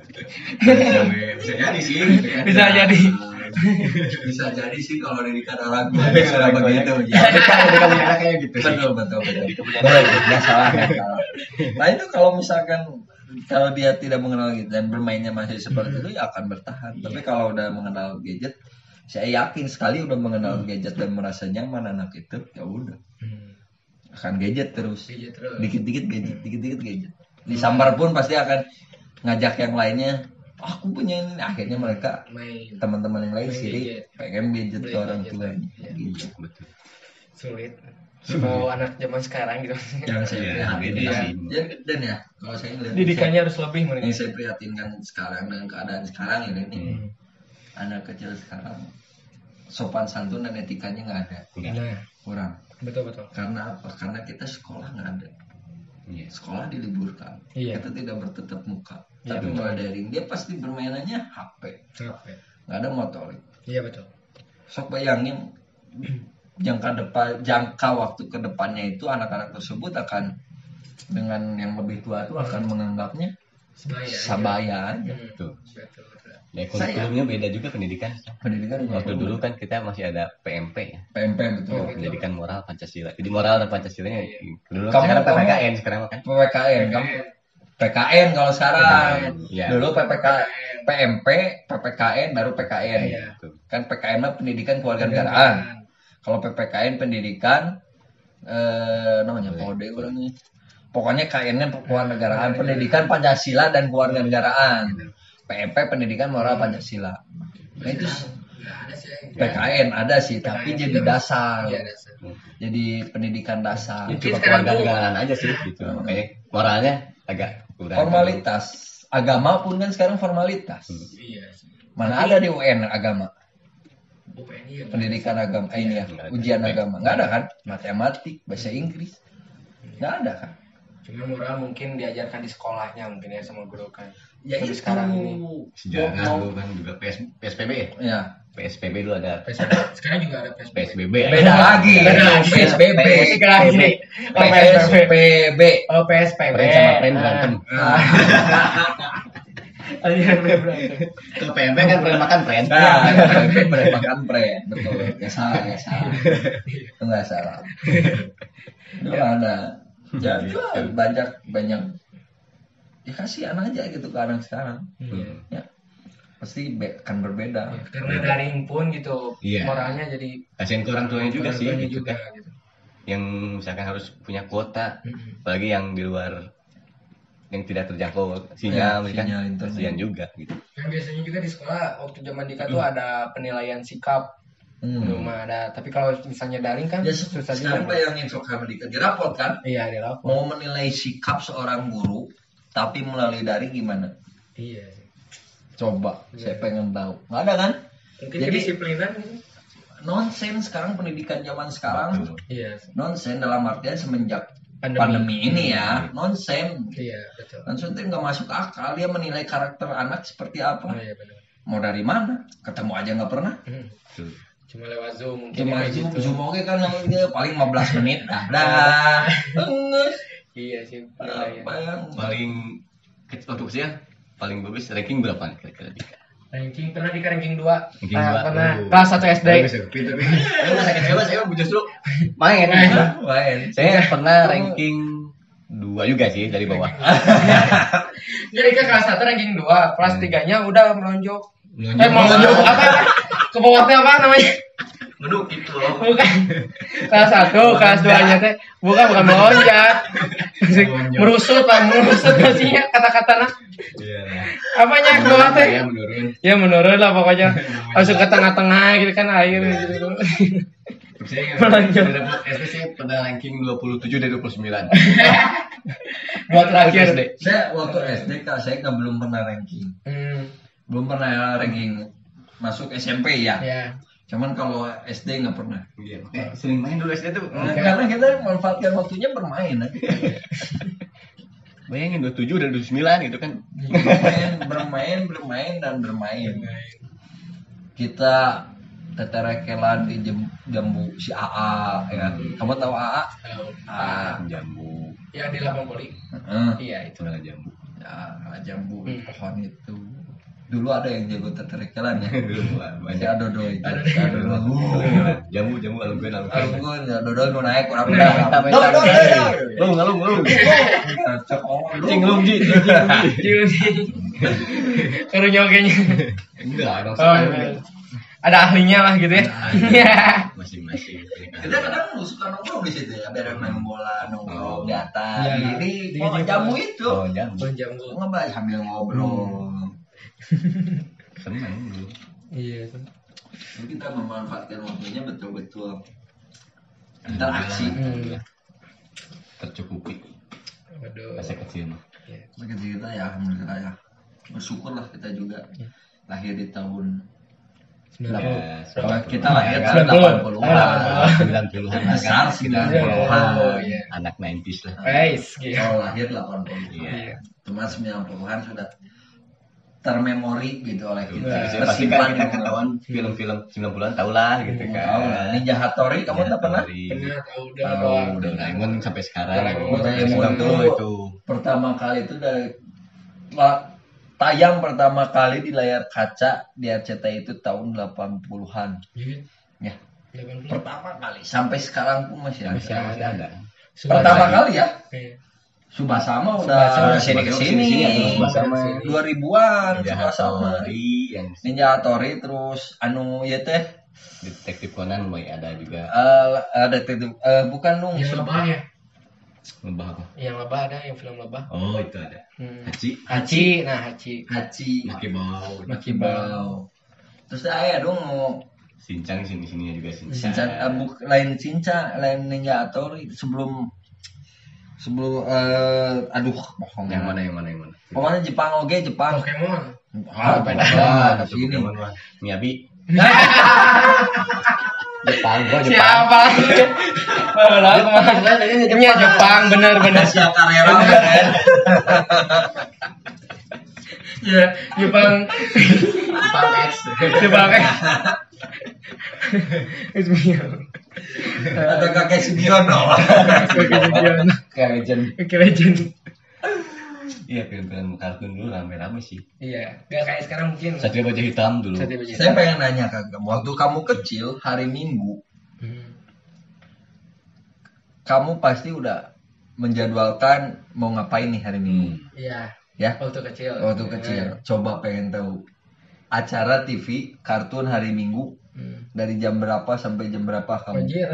Bisa jadi sih. Bisa jadi. Bisa jadi sih kalau didikan orang tua sudah begitu. Ya. Kan ada punya anak kayak gitu sih. Betul betul betul. Betul, nggak salah nggak salah. Nah itu kalau misalkan kalau dia tidak mengenal gadget dan bermainnya masih seperti itu ya akan bertahan. Tapi kalau udah mengenal gadget, saya yakin sekali udah mengenal gadget dan merasa nyaman anak itu, ya udah Hmm. akan gadget terus. Gadget terus. Dikit-dikit gadget, dikit-dikit gadget. Disambar pun pasti akan ngajak yang lainnya. "Ah, aku punya ini." Akhirnya mereka Main. teman-teman yang lain Main siri gadget. pengen gadget Beli ke orang gadget. tuanya. Iya. Gitu. Betul. Sulit. Kalau anak zaman sekarang gitu. Yang saya Iya, lihat beda ya. sih. Dan, dan ya kalau saya lihat Didikannya harus lebih mereka. yang saya prihatinkan sekarang dengan keadaan sekarang ini nih Hmm. anak kecil sekarang sopan santun dan etikanya nggak ada Enggak. Nah, kurang betul betul. karena apa karena kita sekolah nggak ada Iya. Sekolah diliburkan. Iya. Kita tidak bertetap muka. Iya, Tapi betul. mulai daring dia pasti bermainannya H P. Capek. Nggak ada motorik. Iya betul. Sok bayangin jangka depan jangka waktu ke depannya itu anak-anak tersebut akan dengan yang lebih tua itu akan menganggapnya Sebaya. sabaya aja. Hmm. Tuh. Betul betul. Ya kurikulumnya beda juga pendidikan. Pendidikan Waktu dulu kan kita masih ada P M P ya. P M P betul. Oh, Pendidikan moral Pancasila. Jadi moral dan Pancasilanya dulu Kamu- sekarang P P K N kamu- sekarang kan. P P K N kamu P K N kalau sekarang. P K N, iya. Dulu P P K P M P, P P K N baru P K N. Iya. Tuh. Kan P K N mah pendidikan kewarganegaraan. Kalau P P K N pendidikan eh namanya kode orangnya. Pokoknya K N-nya kewarganegaraan, pendidikan Pancasila dan kewarganegaraan. P M P pendidikan moral Pancasila. Nah itu Nggak ada sih. P K N ada sih, tapi jadi dasar. Iya dasar. Jadi pendidikan dasar. Ya, Mungkin cuma sekarang tuh- kewarganegaraan aja sih gitu. Makanya moralnya agak kurang. Formalitas. Agama pun kan sekarang formalitas. Iya sih. Mana ada di U N agama? U P N iya. Pendidikan agama, eh, ini ya, Nggak ada. ujian agama. Nggak ada kan? Matematik, bahasa Inggris. Nggak ada kan? Cuma moral mungkin diajarkan di sekolahnya mungkin ya sama guru kan. Ya Tapi itu. sekarang ini Sejarah Mau- dulu kan juga P S, P S P B ya. Ya. P S P B dulu ada P S B B. Sekarang juga ada P S B B. P S B B. Beda lagi. Beda lagi. P S B B. Beda lagi. Oh, P S B B. Oh P S P B. Pren sama pren berantem. Iya berantem. Ke P M P kan pren makan pren. Nah, P M P makan pren, betul. Ya salah, ya salah. Itu nggak salah. Itu ada. Ya, itu banyak banyak. Ya kasihan aja gitu ke anak sekarang. Iya. Ya, pasti be- akan berbeda. Ya, karena daring pun gitu Iya. moralnya jadi Kasihan ke orang tuanya juga orang sih tuanya gitu juga kan. gitu. Yang misalkan harus punya kuota, Mm-mm. apalagi yang di luar yang tidak terjangkau Ya, sinyal, kan sinyal internet. kasihan juga gitu. Kan biasanya juga di sekolah waktu zaman Dika tuh ada penilaian sikap Hmm. belum ada. Tapi kalau misalnya daring kan Ya, susah sekarang juga. bayangin sok di di rapot kan, Iya di lapor. mau menilai sikap seorang guru, tapi melalui daring gimana? Iya sih. Coba, Iya. saya pengen tahu. Nggak ada kan? Mungkin Jadi- kedisiplinan gitu. Nonsen sekarang pendidikan zaman sekarang. Betul. Iya. Nonsen dalam artian semenjak Pandemi. pandemi, ini ya, nonsen. Iya betul. Nonsen itu nggak masuk akal, dia menilai karakter anak seperti Oh apa. iya benar. Mau dari mana? Ketemu aja nggak pernah. Hmm. Tuh. Cuma lewat Zoom mungkin Cuma kayak zoom, gitu. zoom oke kan dia paling lima belas menit. Dah, dah. Enges. Iya sih. Apa yang Paling kecil waktu kecil paling bagus ranking berapa nih kira-kira Dika? Ranking pernah di ranking dua. Ranking Ah, dua. pernah Oh. kelas satu S D. Bagus ya, pintar pintar. Saya nggak sakit hebat, saya justru main. main? Saya pernah ranking dua juga sih dari bawah. Jadi ke kelas satu ranking dua, kelas Hmm. tiganya udah melonjak. Melonjak. Eh melonjak apa? Ke bawahnya apa namanya? Menukik loh. Bukan. Kelas satu, kelas dua nya teh bukan bukan melonjak. Melonjak. Merusut lah, merusut maksudnya kata-katanya. Iya. Apanya ke bawah teh? Ya menurun. Ya menurun lah pokoknya. Masuk ke tengah-tengah gitu kan air gitu. Saya Melonjak. dapat S D saya pada ranking dua puluh tujuh dari dua puluh sembilan. Dua terakhir. S D. Saya waktu S D kak saya nggak belum pernah ranking, Hmm, belum pernah ranking masuk S M P ya. ya. Cuman kalau S D nggak pernah. Iya, makanya sering main dulu S D tuh. Nah, karena kita manfaatkan waktunya bermain aja. Bayangin dua puluh tujuh dari dua puluh sembilan gitu kan. bermain, bermain, bermain dan bermain. Kita teterekelan di jem- jambu si A A ya. Kamu tahu A A? Tahu. A. Jambu. Yang di Lampung Poli. Heeh. Iya itu. Itulah jambu. Ya, jambu Hmm. pohon itu. Dulu ada yang jago teterekelan ya. Dulu Masih banyak. ada dodo itu. Ada Ada dodo. dodo. Jambu, jambu alungkeun alungkeun. Alungkeun ya dodo nu naik kurang Nah, berapa. Tambah Dodo, tambah. dodo. Lung, lung, lung. Cocok oh, Cing lung ji, cing lung ji. Karunya kayaknya. Enggak, dong. Oh, iya. Ada ahlinya lah gitu ya. Iya. Masing-masing. Kita kadang suka nongkrong di situ ya, biar main bola nongkrong di atas. Iya. Di, di, Di- pohon di- jambu itu. Oh, jambu. Pohon jambu. Ngebahas sambil ngobrol. Senang dulu. Iya. Jadi kita memanfaatkan waktunya betul-betul interaksi. Hmm. Tercukupi Waduh. masa kecil mah. Iya. Masa kita ya, alhamdulillah ya. Bersyukurlah kita juga Iya. lahir di tahun sembilan puluh. Nah, Kalau kita lahir kan sembilan puluh. delapan puluhan. sembilan puluhan lah Besar kan. sembilan Sembilan puluhan. Oh, iya. Anak sembilan puluh lah. Guys, gitu. Kalau lahir delapan puluh. Iya. Cuma sembilan puluhan sudah termemori gitu oleh kita. Nah, Pasti kan Tersimpan kita di ketahuan film-film sembilan puluhan tahu lah gitu kan. Tahu lah. Ninja Hattori kamu tak pernah? Pernah tahu udah Tahu, doang. udah. Doraemon sampai sekarang. Doraemon. sembilan puluh itu. Pertama kali itu dari la- tayang pertama kali di layar kaca di R C T I itu tahun delapan puluhan. Iya. Ya, delapan puluh. pertama kali sampai sekarang pun masih ada. Masih masih ada. Pertama kali ya. Iya. Subasama udah Subasama, kesini Subasama, kesini. kesini, Subasama. dua ribuan Ninja Subasama. Hattori yang Ninja Hattori terus anu ya teh Detektif Conan mulai ada juga. eh, ada detektif eh, bukan dong Yang lebah ya? Ngebah apa? Yang lebah ada, yang film lebah. Oh itu ada. Hmm. Haji. Hachi, nah Hachi. Haji Maki bau. Makibau. Terus saya dong mau Sincang sini sininya juga Sincang. Shinchan eh, buk- lain Cinca, lain Ninja Hattori sebelum sebelum eh aduh bohong Yang mana yang mana yang mana? pokoknya Jepang oke Jepang Pokemon. ah beda. beda Ada di sini Pokemon mah. Miyabi. Jepang, gua Jepang. Siapa? Malah kemana? Ini ya Jepang, bener-bener. Asia Carrera kan Ya, Jepang. Jepang X. Jepang. Itu dia. ada kakek Sugiono Kayak legend. Oke, legend. Iya film-film kartun dulu rame-rame sih. Iya, gak kayak sekarang mungkin. Satria Baja Hitam dulu. Satria Baja. saya pengen nanya ke kamu waktu kamu kecil hari Minggu Hmm. kamu pasti udah menjadwalkan mau ngapain nih hari Minggu Iya, ya waktu kecil. waktu kecil coba pengen tahu acara T V kartun hari Minggu Hmm. dari jam berapa sampai jam berapa kamu Anjir.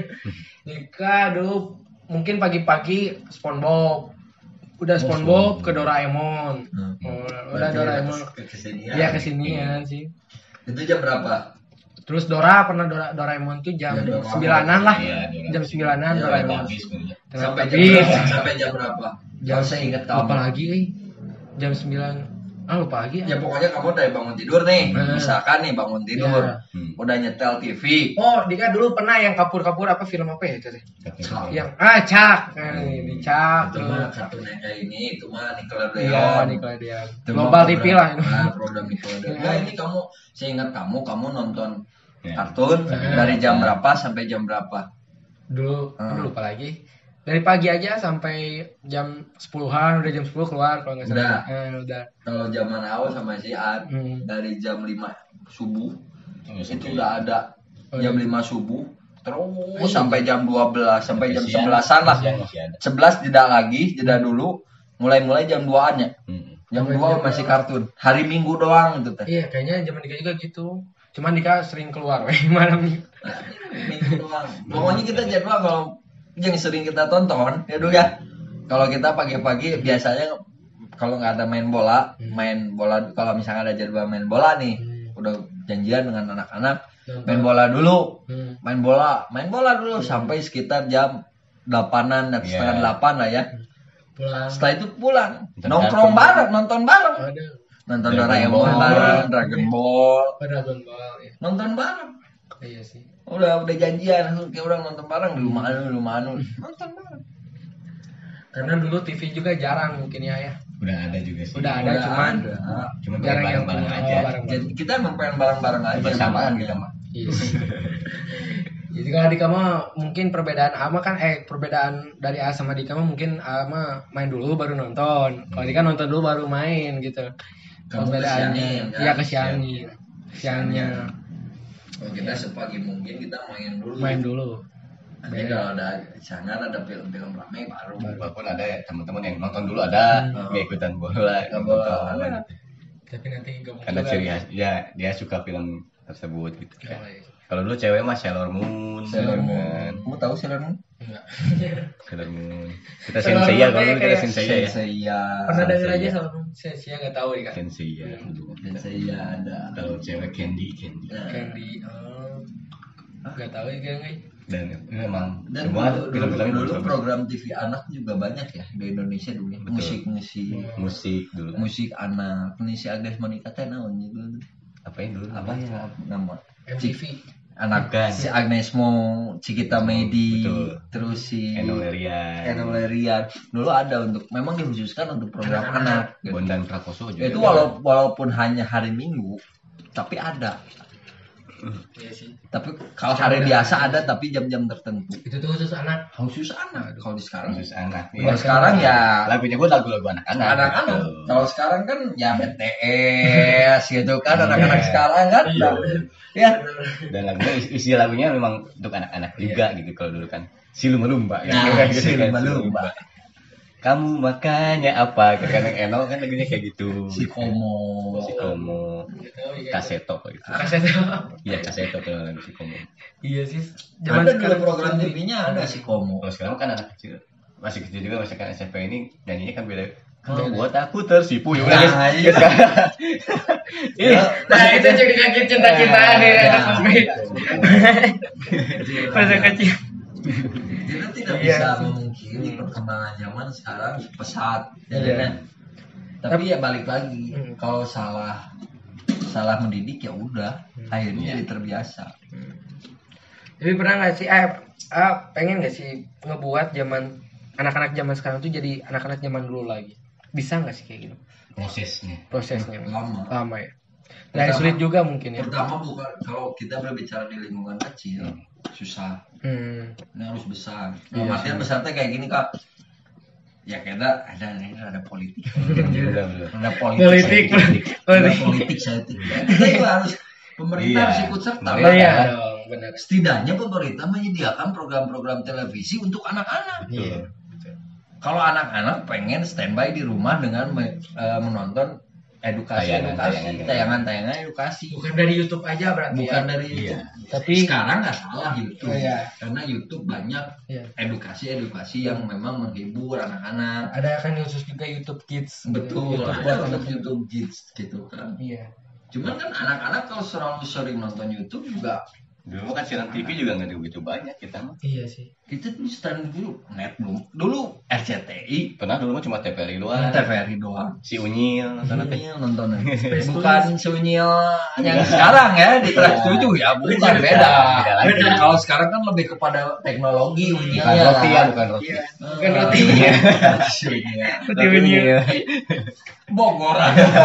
Jika dulu mungkin pagi-pagi SpongeBob. Udah SpongeBob ke Doraemon. Hmm. Oh, udah Doraemon. kesini Iya kesinian sih. itu jam berapa Terus Dora pernah Dora, Doraemon tuh jam Ya, Dora. sembilanan lah. Iya, Dora. Jam sembilanan Ya, Doraemon. Habis sebenarnya. Tengah sampai jam pagi. berapa sampai jam berapa Jam jam saya ingat Lupa kamu lagi eh. Jam sembilan. Ah lupa lagi. ya pokoknya kamu dari bangun tidur nih Hmm. misalkan nih bangun tidur Iya. Hmm. udah nyetel T V Oh, Dika dulu pernah yang kapur-kapur apa film apa ya itu teh? Satria Baja. Yang ah Cak. Nah, ini Cak. itu mah kartun yang kayak ini itu mah Nickelodeon Iya, Nickelodeon. Itu mah Global T V program- lah. ah, program Nickelodeon Iya. nah ini kamu saya ingat kamu kamu nonton Ya. kartun Iya. dari jam berapa sampai jam berapa Dulu, Hmm. aduh lupa lagi. Dari pagi aja sampai jam sepuluhan, udah jam sepuluh keluar kalau nggak salah. Eh, udah. kalau zaman awal sama si An Hmm. dari jam lima subuh Oh, itu sampai- udah ada Oh, jam iya. lima subuh terus iya. sampai jam dua belas sampai jam siang, sebelasan lah siang masih ada. sebelas jeda lagi jeda dulu mulai-mulai jam duaan ya Hmm. jam Sampai dua jam masih dua. kartun hari Minggu doang itu teh Iya, kayaknya zaman Dika juga gitu. Cuman Dika sering keluar weh malam. Minggu doang pokoknya kita jadwal kalau yang sering kita tonton ya dulu ya kalau kita pagi-pagi biasanya kalau nggak ada main bola main bola kalau misalnya ada jadwal main bola nih Hmm. udah janjian dengan anak-anak Nonton. main bola dulu Hmm. main bola main bola dulu sampai sekitar jam delapanan dan Iya. setengah delapan lah ya Pulang. setelah itu pulang Nonton nongkrong kartun. bareng nonton bareng Ada nonton Dragon Doraemon Ball. bareng Dragon Ball oh, Dragon Ball ya. nonton bareng Iya sih. udah udah janjian kayak orang nonton bareng di rumah anu di rumah anu nonton bareng Karena dulu T V juga jarang mungkin ya ya. Udah ada juga sih. Udah ada Udah cuman ada. Cuma jarang yang bareng-bareng punya aja. bareng-bareng. Jadi kita emang pengen bareng-bareng aja Bersamaan kita mah. Iya sih. Jadi kalau Dika mah mungkin perbedaan Ama kan eh perbedaan dari A sama Dika mah mungkin Ama main dulu baru nonton. Kalau Dika nonton dulu baru main gitu. Kamu kesiangin, kan? Iya kesiangin. Siangnya kalau kita sepagi mungkin kita main dulu main dulu. nanti kalau ada sana ada film-film rame baru Walaupun ada ya teman-teman yang nonton dulu ada, Hmm. nggak ikutan bola, Nggak nonton. bola. Tapi nanti gabung Karena juga. ciri khas, ya dia suka film tersebut gitu. Oh, iya. Kalau dulu cewek mah Sailor Moon, Sailor Moon kan. kamu tahu Sailor Moon Enggak. Sailor Moon. Kita Sailor Sensei ya, Moon kalau dulu kayak- kita Sensei ya. Sensei ya Pernah denger Sensei aja ya. sama saya sih nggak tahu Dika. Sensei ya. dulu. Sensei ya ada Kalau cewek Candy, Candy. Nah, Candy. Oh. Nggak tahu ya kayaknya. Dan itu memang dan semua dulu, dulu, film-filmnya dulu bagus-bagus. program T V anak juga banyak ya di Indonesia dulu ya. Betul. musik musik musik dulu. musik anak ini si Agnes Monica teh naon gitu Apa yang dulu? Apa ya nama? M T V. Anak Bukan. si Agnes Mo, Cikita Medi, Betul. terus si Eno Lerian, Eno Lerian. Dulu ada untuk memang dikhususkan untuk program anak. Gitu. Bondan Prakoso juga. Itu walau, walaupun hanya hari Minggu, tapi ada. Iya sih. Tapi kalau hari biasa ada, tapi jam-jam tertentu. Itu tuh khusus anak. Khusus anak. Kalau di sekarang, Khusus anak. kalau Iya. sekarang ya Lagunya pun lagu-lagu anak-anak. anak-anak. Betul. Kalau sekarang kan ya B T S gitu kan, anak-anak Iya. sekarang kan. Iya. Ya. Dan lagunya isi, isi lagunya memang untuk anak-anak juga gitu. Kalau dulu kan si lumba-lumba ya. Nah, Gitu si kan, lumba-lumba. Kamu makannya apa? Kadang Eno kan lagunya kayak gitu. Si Komo. Si Komo. Kaseto gitu. Kaset. Iya kaseto kalau lagu si Komo. Iya sih. Ada dulu program T V-nya ada si Komo. Kalau sekarang kan anak kecil masih kecil juga masih kan S M P ini nyanyinya kan beda. Kau buat aku tersipu ya udah. Nah, iya. Iya. Nah, itu jadi kaki cinta-cintaan nih anak kopi. Masa kecil. Kita tidak Iya. bisa memungkiri perkembangan zaman sekarang pesat. Ya, Iya. kan? Tapi ya balik lagi, Hmm. kalau salah salah mendidik ya udah, akhirnya Iya. jadi terbiasa. Tapi pernah nggak sih, eh, ah, pengen nggak sih ngebuat zaman anak-anak zaman sekarang tuh jadi anak-anak zaman dulu lagi? Bisa nggak sih kayak gitu Prosesnya. prosesnya? Lama. Lama ya. Dan Pertama- sulit juga mungkin ya. Pertama bukan kalau kita berbicara di lingkungan kecil, susah. Hmm. Ini harus besar. Iya, Nah, artinya besarnya kayak gini kak. Ya kita ada ada, ada politik. Benar-benar. Ada politik. Politik. Ada politik saya tidak. Kita juga harus pemerintah Iya. harus ikut serta. Oh iya Kan? dong, benar. Setidaknya pemerintah menyediakan program-program televisi untuk anak-anak. Iya. Kalau anak-anak pengen standby di rumah dengan me- eh, menonton edukasi Tayangan, edukasi tayangan. tayangan-tayangan edukasi. Bukan dari YouTube aja berarti Bukan ya. dari Iya. Tapi sekarang nggak salah YouTube, Oh, iya. karena YouTube banyak Iya. edukasi-edukasi yang memang menghibur anak-anak. ada kan khusus juga YouTube Kids. Betul, YouTube ada buat untuk anak YouTube Kids gitu kan. Iya. Cuman kan anak-anak kalau selalu sering nonton YouTube juga Dulu kan siaran T V juga nggak begitu banyak kita mah. Iya sih. kita tuh stand dulu net dulu dulu R C T I Pernah dulu mah cuma T V R I doang. T V R I doang. Si Unyil nonton apa? Sunyil nontonan. Space Bukan Sunyil yang sekarang ya di Trans tujuh ya, bukan beda. Beda lagi. Beda. Kalau sekarang kan lebih kepada teknologi Bukan Unyilnya. roti ya, bukan roti. Iya. Eh, Bukan roti. Sunyil. Roti Unyil. Bogor.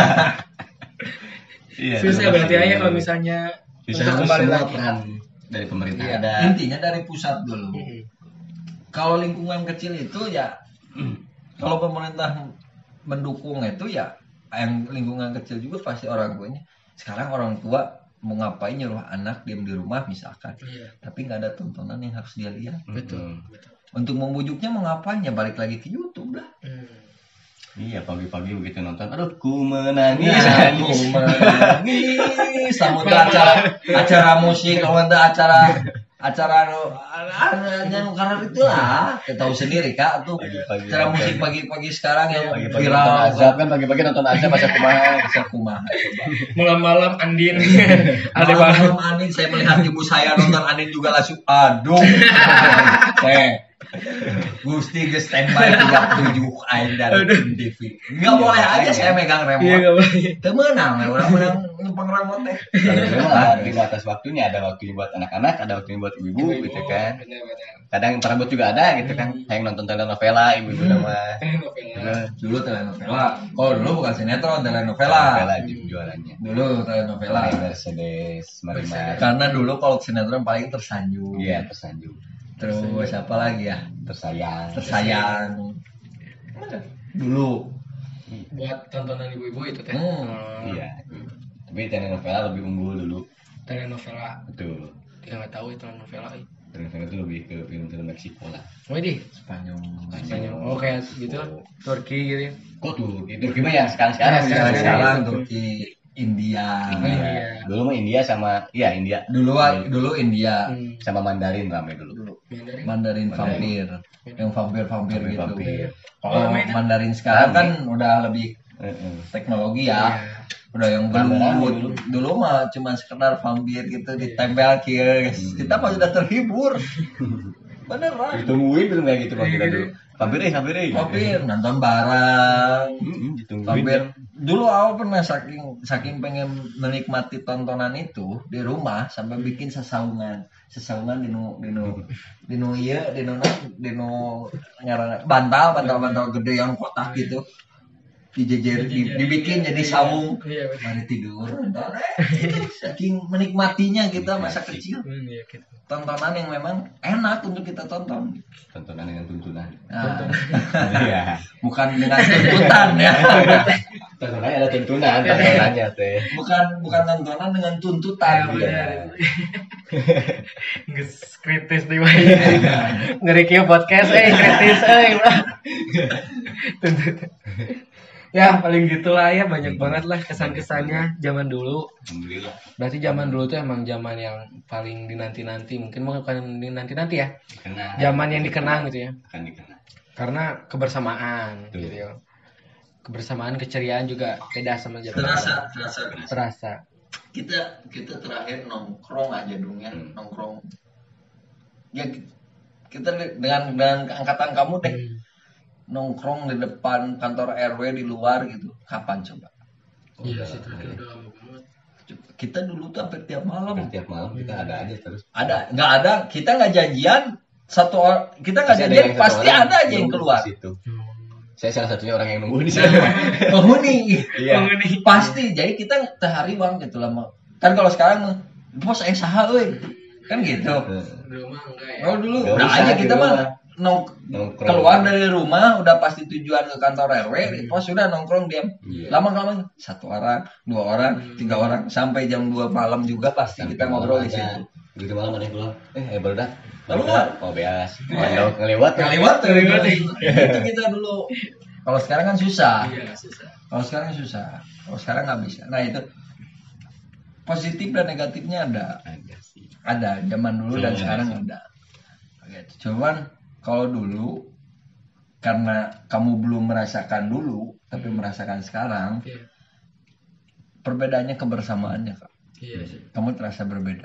Iya. Susah dulu berarti masih- aja kalau misalnya Susah untuk harus kembali semua lagi. peran dari pemerintah Iya, ada. intinya dari pusat dulu. Mm-mm. Kalau lingkungan kecil itu ya kalau pemerintah mendukung itu ya yang lingkungan kecil juga pasti orang tuanya. Sekarang orang tua mau ngapain nyuruh anak diam di rumah misalkan, Iya. tapi nggak ada tontonan yang harus dia lihat. Betul. Hmm. Betul. Untuk membujuknya mau ngapain ya balik lagi ke YouTube lah. Hmm. Iya pagi-pagi begitu nonton, aduh ku menangis. Iya, aku menangis. Tamu acara acara musik, kalau ada acara acara anu anu karena itulah kita tahu sendiri kak tuh Pagi-pagi acara nonton. musik pagi-pagi sekarang yang Pagi-pagi viral nonton azab kan pagi-pagi nonton azab masa kumaha. bisa kumaha coba. Malam-malam Andin. Ada Malam Anin saya melihat ibu saya nonton Anin juga langsung aduh. Teh. Gusti ge standby tiga puluh tujuh aing dari T V. Enggak boleh aja saya megang Iya remote. enggak boleh. Teu meunang we urang menang numpang remote teh. Kalau dulu mah di batas waktunya ada waktunya buat anak-anak, ada waktunya buat ibu-ibu gitu kan. Benar-benar. Kadang perabot juga ada gitu kan. Yang nonton telenovela ibu-ibu nama. Telenovela. Dulu telenovela. Oh, dulu bukan sinetron, telenovela. Telenovela gitu jualannya. Dulu telenovela. Mari Mercedes, mari mari. Karena dulu kalau sinetron paling tersanjung. Iya tersanjung, Terus apa lagi ya? tersayang. Tersayang. Dulu. Buat tontonan ibu-ibu itu teh. Hmm, Oh, Iya. Tapi telenovela lebih unggul dulu. telenovela. Betul. Dia nggak tahu itu telenovela. eh. Telenovela itu lebih ke film-film Meksiko lah. Widih. Spanyol. Spanyol. Oh kayak gitu. Turki gitu. ya. Kok tuh? Itu gimana yang sekarang-sekarang? Yang Sekarang, sekarang. sekarang Turki, India. India. India. Dulu mah India sama, iya India. Dulu dulu India. Hmm. Sama Mandarin rame dulu. Dulu. Mandarin. Mandarin Mandarin. vampir. Yang vampir-vampir gitu. Vampir. Kalau Oh, mainan. Mandarin sekarang kan udah lebih Heeh. teknologi ya. Iya. Udah yang Rame-rame gelut. dulu. Dulu mah cuma sekedar vampir gitu ditempel kieu. Kita mah sudah terhibur. Beneran. Ditungguin belum kayak gitu bang kita dulu. Vampir eh, vampir eh. Vampir nonton bareng. Mm-mm, ditungguin. Vampir dulu awal pernah saking saking pengen menikmati tontonan itu di rumah sampai bikin sesaungan sesaungan di nu di nu di nu iya di nu di nu ngaranna bantal bantal bantal gede yang kotak gitu dijejer di- dibikin jadi saung Iya, betul. mari tidur nonton eh, saking menikmatinya kita masa kecil Hmm, iya, gitu. tontonan yang memang enak untuk kita tonton Tontonan dengan tuntunan. nah, Iya. bukan dengan tuntutan ya Tontonannya ada tuntunan, tontonannya teh. bukan bukan tontonan dengan tuntutan Ya, gitu. benar. Nges kritis nih Wah. Nge-review podcast eh kritis eh Wah. Tuntut. Ya paling gitulah ya banyak banget lah kesan-kesannya zaman dulu. Alhamdulillah. Berarti zaman dulu tuh emang zaman yang paling dinanti-nanti. Mungkin bukan dinanti-nanti ya. Karena Zaman yang dikenang gitu ya. akan dikenal. Karena kebersamaan Betul. gitu ya. Kebersamaan keceriaan juga beda sama zaman terasa sekarang. terasa Terasa. kita kita terakhir nongkrong aja dong ya Hmm. nongkrong ya kita dengan dengan angkatan kamu deh Hmm. nongkrong di depan kantor R W di luar gitu kapan coba Iya sih terakhir udah lama banget. kita dulu tuh hampir tiap malam Hampir tiap malam kita ada aja terus. ada nggak ada kita nggak janjian satu orang kita nggak Pasti ada janjian yang satu pasti orang ada aja yang nunggu keluar di situ. Hmm. Saya salah satunya orang yang nunggu di sana. penghuni Iya. pasti jadi kita tehari bang gitu lama kan kalau sekarang bos eh saha euy kan gitu Dulu mah enggak ya. kalau dulu Nggak udah usah aja di kita mah rumah. nong Nongkrong. keluar dari rumah udah pasti tujuan ke kantor R W pos sudah nongkrong diam Iya. lama kelamaan satu orang dua orang tiga orang sampai jam dua malam juga pasti Sampai kita ngobrol di malam ada. situ Begitu malam ada yang keluar. Eh, eh baru dah. Lalu Baru dah. Oh beas. Mandau ngelewat. ngeliwat ngeliwat itu kita dulu kalau sekarang kan susah Iya susah. kalau sekarang susah kalau sekarang nggak bisa nah itu positif dan negatifnya ada Ada sih. ada zaman dulu dan Iya, sekarang sih. ada gitu. Cuman kalau dulu karena kamu belum merasakan dulu tapi merasakan sekarang Iya. perbedaannya kebersamaannya kak Iya sih. kamu terasa berbeda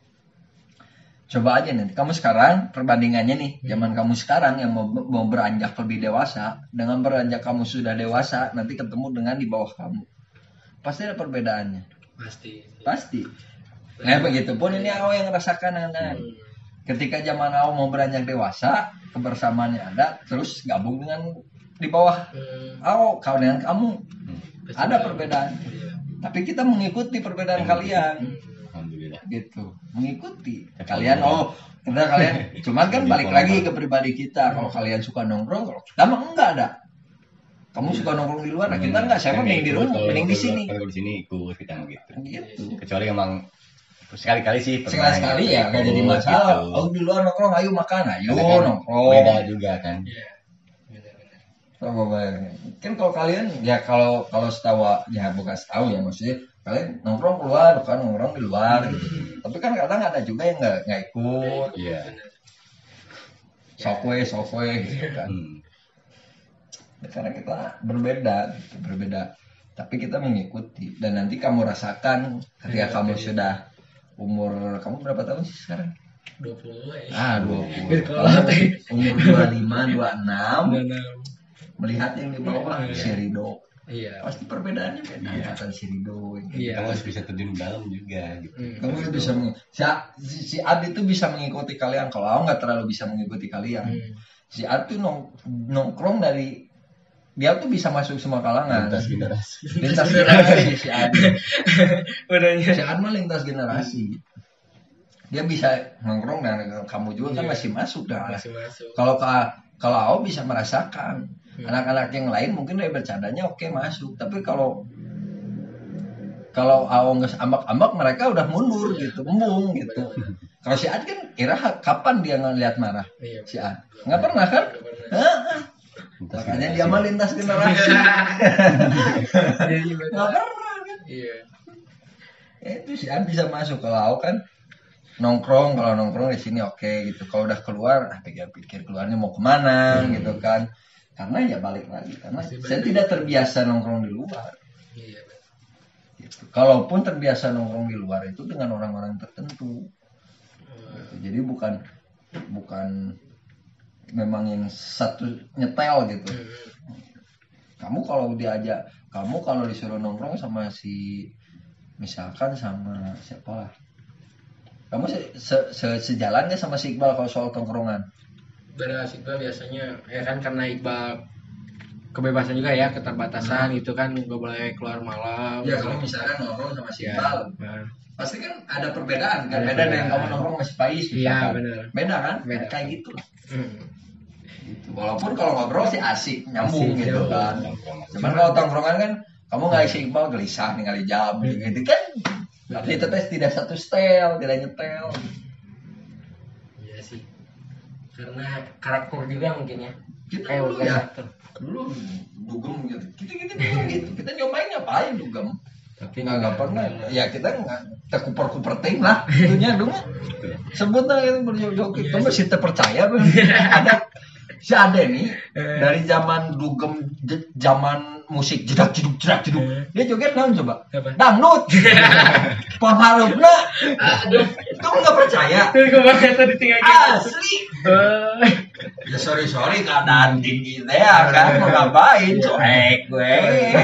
coba aja nanti kamu sekarang perbandingannya nih zaman kamu sekarang yang mau, mau beranjak lebih dewasa dengan beranjak kamu sudah dewasa nanti ketemu dengan di bawah kamu pasti ada perbedaannya Pasti. pasti nah begitupun ini aku yang rasakan nah, Hmm. ketika zaman aku mau beranjak dewasa kebersamaannya ada terus gabung dengan di bawah Hmm. aku kau dengan kamu Pasti ada tahu. perbedaan Iya. tapi kita mengikuti perbedaan kalian Alhamdulillah. gitu mengikuti Tapi kalian kalau- oh kita kalian cuman kan balik lagi ke pribadi kita kalau kalian suka nongkrong kalau kita mah enggak ada kamu suka nongkrong di luar nah kita enggak saya mah mending di rumah mending di sini Kalau di sini ikut kita mau gitu. gitu Kecuali emang sekali-kali sih pernah sekali sekali ya nggak jadi ikut masalah gitu. oh di luar nongkrong ayo makan ayo Karena kan nongkrong beda juga kan. Iya. Benar-benar. Apa bayarnya? Kan kalau kalian ya kalau kalau setahu ya bukan setahu ya maksudnya kalian nongkrong keluar kan nongkrong di luar gitu. Tapi kan kadang ada juga yang nggak nggak ikut, Iya. sokwe sokwe gitu kan. Hmm. Karena kita berbeda, gitu, berbeda. Tapi kita mengikuti dan nanti kamu rasakan ketika kamu sudah umur kamu berapa tahun sih sekarang? dua puluh ya. Ah dua puluh. Berkolot, eh. Umur dua puluh lima, dua puluh enam Dan, um, melihat yang di bawah Iya. si Rido. iya. Pasti perbedaannya beda Iya. angkatan si Rido ini. Iya. Kita harus bisa terjun dalam juga gitu. Hmm. Kamu bisa meng- si, si, si Ad itu bisa mengikuti kalian kalau aku nggak terlalu bisa mengikuti kalian. Hmm. Si Ad tuh nong, nongkrong dari dia tuh bisa masuk semua kalangan. Lintas generasi. Lintas generasi si Ad. Udahnya. Si Ad mah lintas generasi. Dia bisa nongkrong dan kamu juga kan Iya. masih masuk dah. Masih masuk. Kalau ka- kalau aku bisa merasakan Hmm. anak-anak yang lain mungkin dari bercandanya oke masuk, tapi kalau kalau aku nggak ambak-ambak mereka udah mundur gitu, embung gitu. Kalau si Ad kan kira kapan dia ngelihat marah Iya. si Ad? Nggak pernah kan? Nggak pernah. Heeh. Lintas Makanya generasi. dia mah lintas generasi. Iya, iya, betul. Nggak pernah kan? Iya. Ya, itu si Ad bisa masuk. Kalau aku kan nongkrong, kalau nongkrong di sini oke gitu. Kalau udah keluar, ah pikir-pikir keluarnya mau kemana gitu kan? Karena ya balik lagi karena Masih saya balik. tidak terbiasa nongkrong di luar. Iya, betul. Gitu. Kalaupun terbiasa nongkrong di luar itu dengan orang-orang tertentu. Gitu. Jadi bukan bukan memang yang satu nyetel gitu. Hmm. Kamu kalau diajak kamu kalau disuruh nongkrong sama si misalkan sama siapa lah, kamu se, se, se sejalan nggak sama si Iqbal kalau soal tongkrongan? Beda si Iqbal biasanya ya kan karena Iqbal kebebasan juga ya, keterbatasan gitu kan, nggak boleh keluar malam. Ya kalau misalkan nongkrong sama si Ya, Iqbal, nah. pasti kan ada perbedaan kan, Ada beda dengan perbedaan. kamu nongkrong sama si Pais Iya, misalkan. benar. Beda kan? Beda. Kayak gitu lah. Hmm. Gitu. Walaupun kalau ngobrol sih asik, nyambung Asik, gitu ya. kan. Cuman kalau tongkrongan kan, kamu nggak isi Iqbal gelisah nih kali jam gitu kan. Tapi itu tes tidak satu style, tidak nyetel. Iya sih. Karena karakter juga mungkin ya. Kita Kayak dulu bukan ya, karakter. dulu dugem gitu. Kita kita dulu gitu. Kita nyobain ngapain dugem? Tapi Nggak nggak pernah. Ya kita nggak terkuper-kuper ting lah. Itunya dulu. Sebutnya itu berjoget. Kita masih terpercaya. Ada si Ade nih dari zaman dugem j- zaman musik jedak jeduk jedak jeduk dia joget naon coba Apa? dangdut pengharupna aduh, kamu nggak percaya tuh kemarin tadi tinggal asli ya sorry sorry keadaan tinggi teh ya kan mau ngapain cuek gue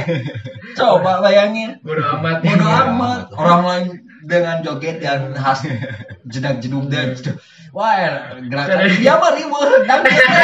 coba bayangin bodo amat. bodo amat orang lain dengan joget yang khas jedak jeduk dan wah gerakan dia mah ribut dan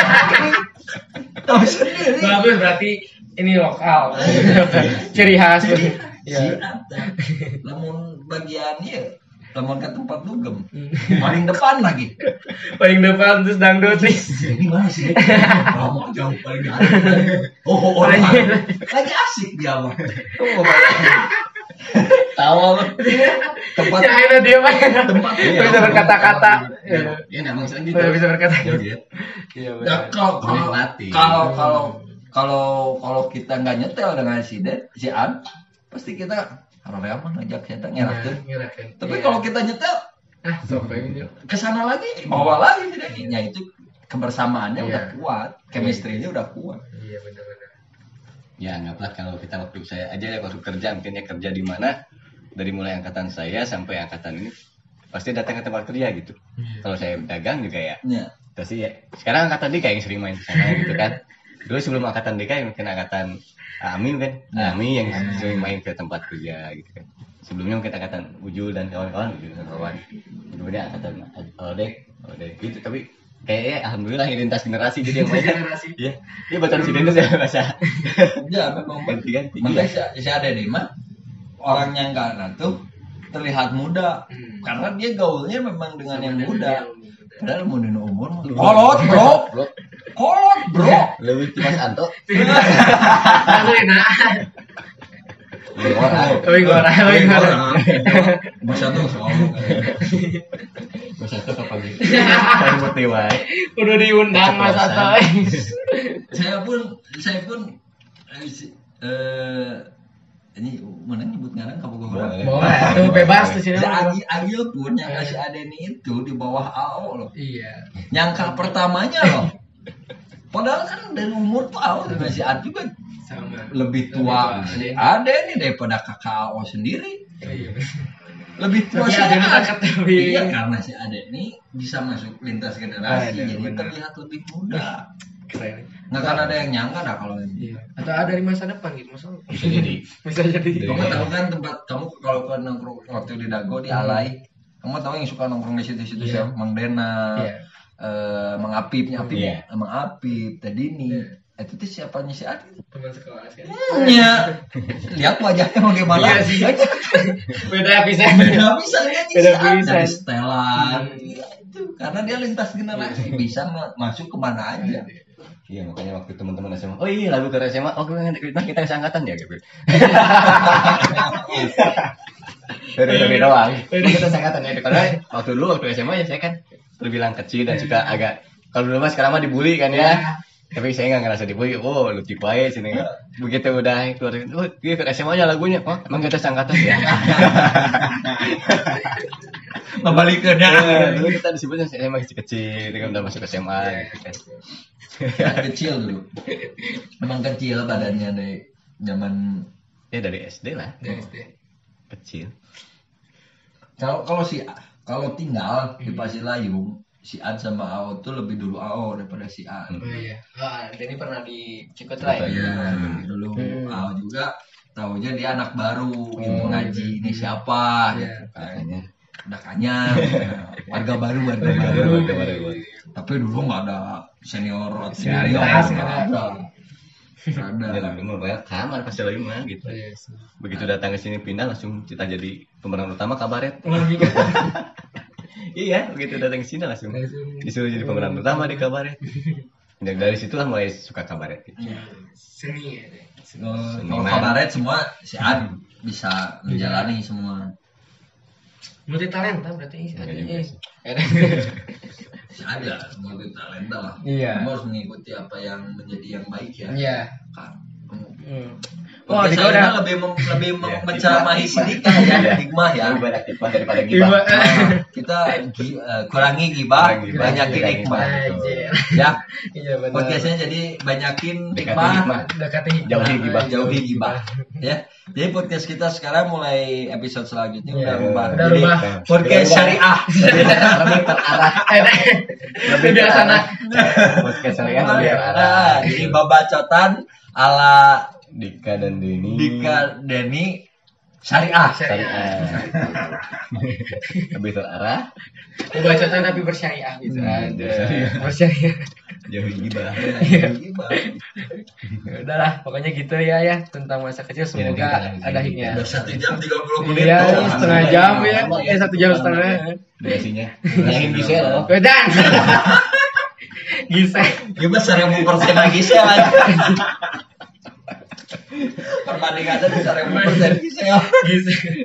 tahu sendiri Bagus, berarti ini lokal. Ciri khas. si Ya. ada lamun bagiannya lamun ke tempat dugem Hmm. paling depan lagi Paling depan terus dangdut nih. ini mana sih mau jauh paling depan oh oh, oh lagi lagi asik dia mah oh bayangin tawa tempat Ya, akhirnya dia mah. tempat Bisa berkata-kata. Ya memang sering gitu. Udah bisa berkata. Joget. Iya, Ya, kalau kalau Menikmati. kalau kalau kalau kalau kita nggak nyetel dengan si Den, si An, pasti kita kalau ya mah ngajak kita ngerakeun. Ngerakeun. Tapi Iya. kalau kita nyetel ah, sampai ini. ke sana lagi, bawa lagi tidaknya itu kebersamaannya Iya. udah kuat, chemistry-nya udah kuat. Iya, benar-benar. Ya anggaplah kalau kita waktu saya aja ya waktu kerja mungkin ya kerja di mana dari mulai angkatan saya sampai angkatan ini pasti datang ke tempat kerja gitu. Kalau saya dagang juga ya. Ya. Terus ya sekarang angkatan D K yang sering main ke sana gitu kan. Dulu sebelum angkatan D K mungkin angkatan Amin kan. Ya. Amin yang sering main ke tempat kerja gitu kan. Sebelumnya mungkin angkatan Ujul dan kawan-kawan Ujul dan kawan. Kemudian angkatan Odek, Odek gitu tapi kayaknya alhamdulillah ini lintas generasi jadi yang main Generasi. Iya. Ini bacaan si Dennis ya bahasa. Ya memang Ganti-ganti. makanya si, si Ade nih mah orang yang karena tuh terlihat muda Hmm. karena dia gaulnya memang dengan yang muda. Muda. Padahal mau dino umur mah kolot bro, Bro. kolot bro. Lebih ke Mas Anto. Langsung nah. Lebih orang. Tapi gua orang, tapi gua orang. Masa tuh soal Mas Anto kapan gitu? Kan buat dewa. Udah diundang Mas Ato. saya pun saya pun eh, si- eh, ini mana nyebut ngaran kamu gue Boleh. Boleh, tuh bebas tuh sini. Si Agi Agil pun yang kasih Adeni itu di bawah A O loh. Iya. Nyangka pertamanya loh. Padahal kan dari umur tuh A O dengan si Ad juga Sama. lebih tua. Lebih tua. Ada ini daripada kakak A O sendiri. Iya. Lebih tua Tapi si Ade ini Ad. dekat lebih. Iya karena si Ade ini bisa masuk lintas generasi Ada, jadi benar. terlihat lebih muda. Keren. Nggak kan ada yang nyangka dah kalau ini. Iya. Atau ada dari masa depan gitu masalah. Bisa jadi. Bisa jadi. Kamu tahu kan tempat kamu kalau ke nongkrong waktu di Dago di Alai, kamu tahu yang suka nongkrong di situ-situ Iya. siapa? Mang Dena, Iya. eh, Mang Apip, Apip, Iya. Mang Apip, Tedini. Iya. Itu tuh siapanya si Adi? Teman sekelas kan. Iya. Lihat wajahnya bagaimana? Iya sih. Beda bisa. Beda bisa nyanyi Beda si Adi. bisa. Dari setelan. Hmm. Iya, itu karena dia lintas generasi bisa ma- masuk kemana aja. Iya makanya waktu teman-teman S M A, oh iya lagu ke S M A, oh kita kita seangkatan ya gitu. Dari dari doang. Kita seangkatan ya karena waktu dulu waktu S M A ya saya kan terbilang kecil dan suka agak kalau dulu mah sekarang mah dibully kan ya. Tapi saya nggak ngerasa dibully. Oh lu tipe aja sini. Begitu udah keluar, oh dia ke S M A nya lagunya. Oh emang kita seangkatan ya. Ngebalikannya. Ya, dulu kita disebutnya S M A kecil-kecil, itu kan udah masuk S M A gitu kan. Kan kecil dulu. Memang kecil badannya dari zaman Ya dari S D lah, Dari S D. kecil. kalau kalau si kalau tinggal di Pasir Layung si Ad sama Ao tuh lebih dulu Ao daripada si A. Oh iya. Ah, Denny pernah di Cikotra ya? Iya, dulu Hmm. Ao juga Taunya dia anak baru ilmu ngaji ini siapa Iya. gitu kan. Kayaknya. Udah kanyang nah, warga baru warga baru Warga baru. tapi dulu nggak ada senior atau Senior, junior, nggak nggak ada. ada Dia lebih mau bayar kamar pas lima gitu. Yes. Begitu datang ke sini pindah langsung kita jadi pemeran utama kabaret. Iya, begitu datang ke sini langsung disuruh jadi pemeran utama di kabaret. Dan dari situlah mulai suka kabaret gitu. Seni ya. kalau kabaret semua si Ad bisa menjalani semua Multi talenta berarti. Enggak juga sih. si Ad ya multi talenta lah. Iya. Kamu harus mengikuti apa yang menjadi yang baik ya. Iya. Kan. Hmm. Oh, Oh, Dika Dika udah lebih mem, lebih mem- Ya, menceramahi si Dika ya, Iya. hikmah ya. Lebih banyak hikmah daripada gibah. Nah, kita gi- eh, kurangi gibah, Kurangi gibah, banyakin kurangi hikmah. Anjir. Ya, Iya benar. podcastnya jadi banyakin Dekati hikmah, hikmah. Dekati hikmah. Jauhi gibah. jauhi gibah. Ya, jadi podcast kita sekarang mulai episode selanjutnya Iya, udah rubah. udah Jadi rubah. podcast syariah. Lebih terarah. Lebih biasa sana. Podcast saya lebih terarah. Nah, jadi babacotan ala Dika dan Denny. Dika Denny syariah. Syariah. Lebih terarah. Pembacotan tapi bersyariah gitu. Hmm, Ada. Bersyariah. Jauhi gibah. Iya. Gibah. Ya udahlah, pokoknya gitu ya ya tentang masa kecil semoga Ya, ada hikmahnya. Udah satu jam tiga puluh menit. Iya, tuh. setengah jam ya. Lama ya. Eh satu jam setengah. Durasinya. Yang bisa loh. Bedan. Gisel. Gimana seribu persen lagi sih lagi. Perbandingannya tuh seribu persen sih. Gisel.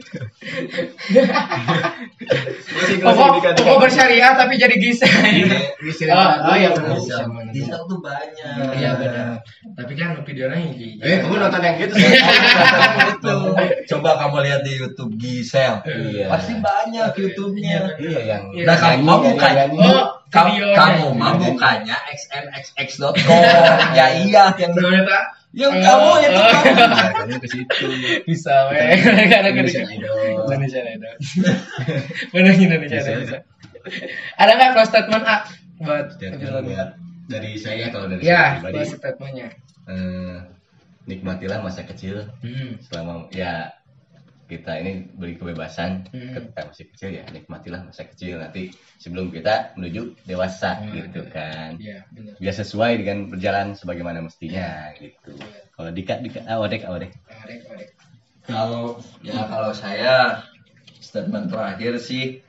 Pokok pokok bersyariah tapi jadi gisel. Oh, oh iya benar. Bisa, bisa tuh banyak. Iya benar. Tapi kan videonya ini. Eh, kamu nonton yang gitu? Itu. Coba kamu lihat di YouTube Gisel. Iya. Pasti banyak YouTube-nya. Iya yang. Nah, kamu mau bukan? Oh, Kamu, videonya. kamu mah bukannya x n x x dot com. Ya iya yang Ternyata yang kamu itu kamu. Nah, kamu ke situ. bisa weh. Karena Indonesia kan Idol. Indonesia Idol. Benar Indonesia Bisa, Idol. bisa. Ada nggak close statement A buat Dan episode ini? buat dari saya kalau dari Ya, saya pribadi, close statementnya. eh, nikmatilah masa kecil Hmm. selama ya kita ini beri kebebasan Hmm. ketika masih kecil ya nikmatilah masa kecil nanti sebelum kita menuju dewasa Hmm. gitu kan Iya, benar. biar sesuai dengan berjalan sebagaimana mestinya gitu. Kalau Dika Dika ah odek ah odek. Orek, orek. Kalau ya kalau saya statement terakhir sih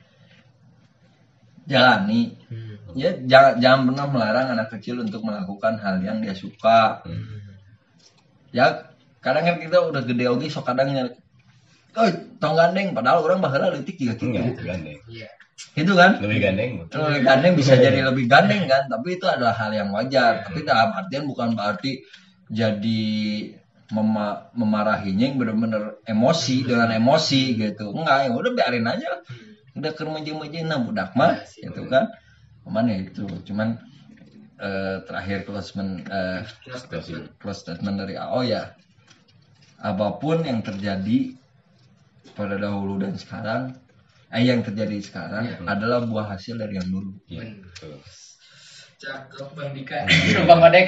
jalani. Hmm. Ya jangan jangan pernah melarang anak kecil untuk melakukan hal yang dia suka. Ya kadang kan kita udah gede oke sok kadang nyari oh tong gandeng padahal orang baheula leutik juga gitu. Enggak itu gandeng. Iya. Itu kan? Lebih gandeng. Lebih gandeng bisa jadi lebih gandeng kan, tapi itu adalah hal yang wajar. Tapi dalam artian bukan berarti jadi mema memarahinya yang benar-benar emosi dengan emosi gitu. Enggak, ya udah biarin aja. Udah ke meje-meje nah budak mah gitu kan. Cuman ya itu, cuman eh, terakhir closement eh, close statement dari A O ya. Apapun yang terjadi pada dahulu dan sekarang, eh yang terjadi sekarang adalah buah hasil dari yang dulu. Iya. Betul. Cakep Bang Dika. Bang Odek.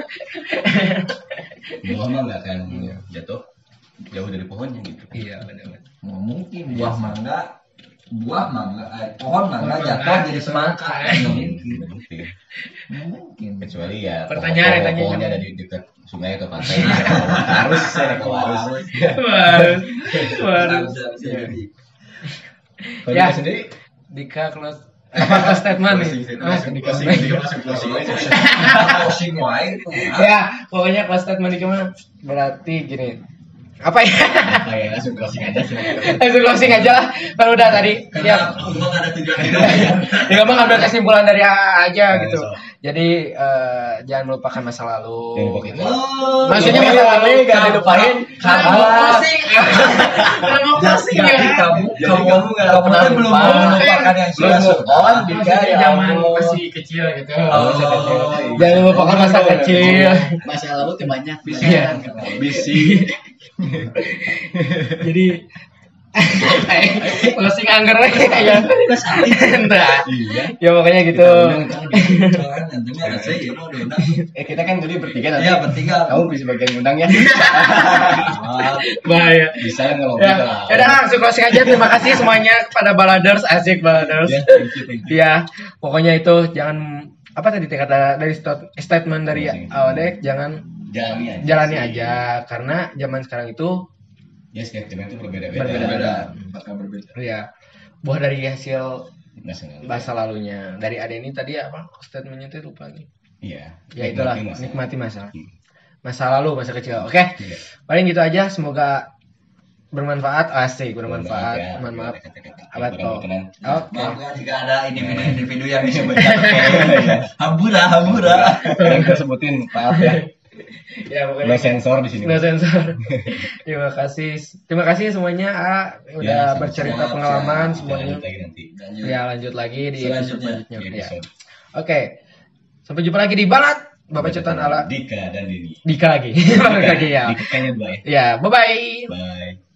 Buah mah nggak akan jatuh jauh dari pohonnya gitu. Iya, benar. Nggak mungkin buah mangga, buah mangga, eh, pohon mangga jatuh jadi semangka. Nggak mungkin. Nggak mungkin. Nggak mungkin. Kecuali ya Pertanyaan, pohon- tanya- pohonnya ada di dekat sungai atau pantai. Harus saya ke harus. Waduh. Waduh. Bisa, bisa jadi. Kalau Ya. Dika sendiri Dika close apa close statement nih? Closing, Mas, closing, Dika closing, closing. langsung closing aja. Closing wae itu. Ya, pokoknya close statement Dika mah berarti gini. Apa ya? Apa ya langsung closing aja sih. Langsung closing aja lah. Kan udah tadi. Karena Ya, memang ada tujuan hidup. Dika mah ngambil kesimpulan dari A aja Nah, gitu. so. Jadi eh, jangan melupakan masa lalu. Yang lupa kita. Oh, Maksudnya Lupain, masa lalu lupain, jangan jangan dilupain. lupain. Mau closing. Mau closing Jadi ya. kamu, Jadi kamu, kamu nggak kamu pernah tuh belum lupa. mau melupakan yang sudah Belum move sudah. on, Dika, Maksudnya ya zaman ampun. masih kecil gitu. Oh, Masa kecil. Jangan melupakan masa kecil. Masa lalu tuh banyak bisa. Iya. Bisi. Jadi closing anggar lagi ya. Entah. Iya. Ya pokoknya gitu. Eh kita kan tadi bertiga nanti. Iya, bertiga. Kamu bisa bagian undang ya. Bahaya. Bisa ngelobi Ya, lah. ya udah langsung closing aja. Terima kasih semuanya kepada baladers, asik baladers. Ya, thank you, thank you. Ya, pokoknya itu jangan apa tadi kata dari stat- statement dari Awdek, jangan Jalani aja. jalani sih. aja karena zaman sekarang itu Ya statement itu berbeda-beda. Berbeda-beda. Bakal berbeda. ya buah dari hasil Masa lalu. masa lalunya. Dari Adeni tadi apa statementnya itu lupa nih. Iya. Ya itulah, Nikmati masa. nikmati masa. Hmm. Masa lalu, masa kecil. Oke. Iya. Paling gitu aja, semoga bermanfaat, asik, Mohon bermanfaat. ya, Mohon maaf. ada kata-kata yang Apa kurang tuh? berkenan. Oke. Maaf ya jika ada individu-individu yang disebutkan. Hambura, hambura. Yang kita sebutin, maaf ya. Ya No pokoknya sensor di sini. no sensor. Terima kasih. Terima kasih semuanya A, udah Ya, sama-sama. bercerita Siap, pengalaman siap. semuanya. Lanjut lagi nanti. Lanjut. Ya, lanjut lagi di episode Selanjutnya. selanjutnya. Di Ya. episode. Oke. Sampai jumpa lagi di Balat. Bapak Cetan ala Dika dan Dini. Dika lagi. Balik lagi ya. Dika kayaknya dua ya. Ya, bye bye. Bye.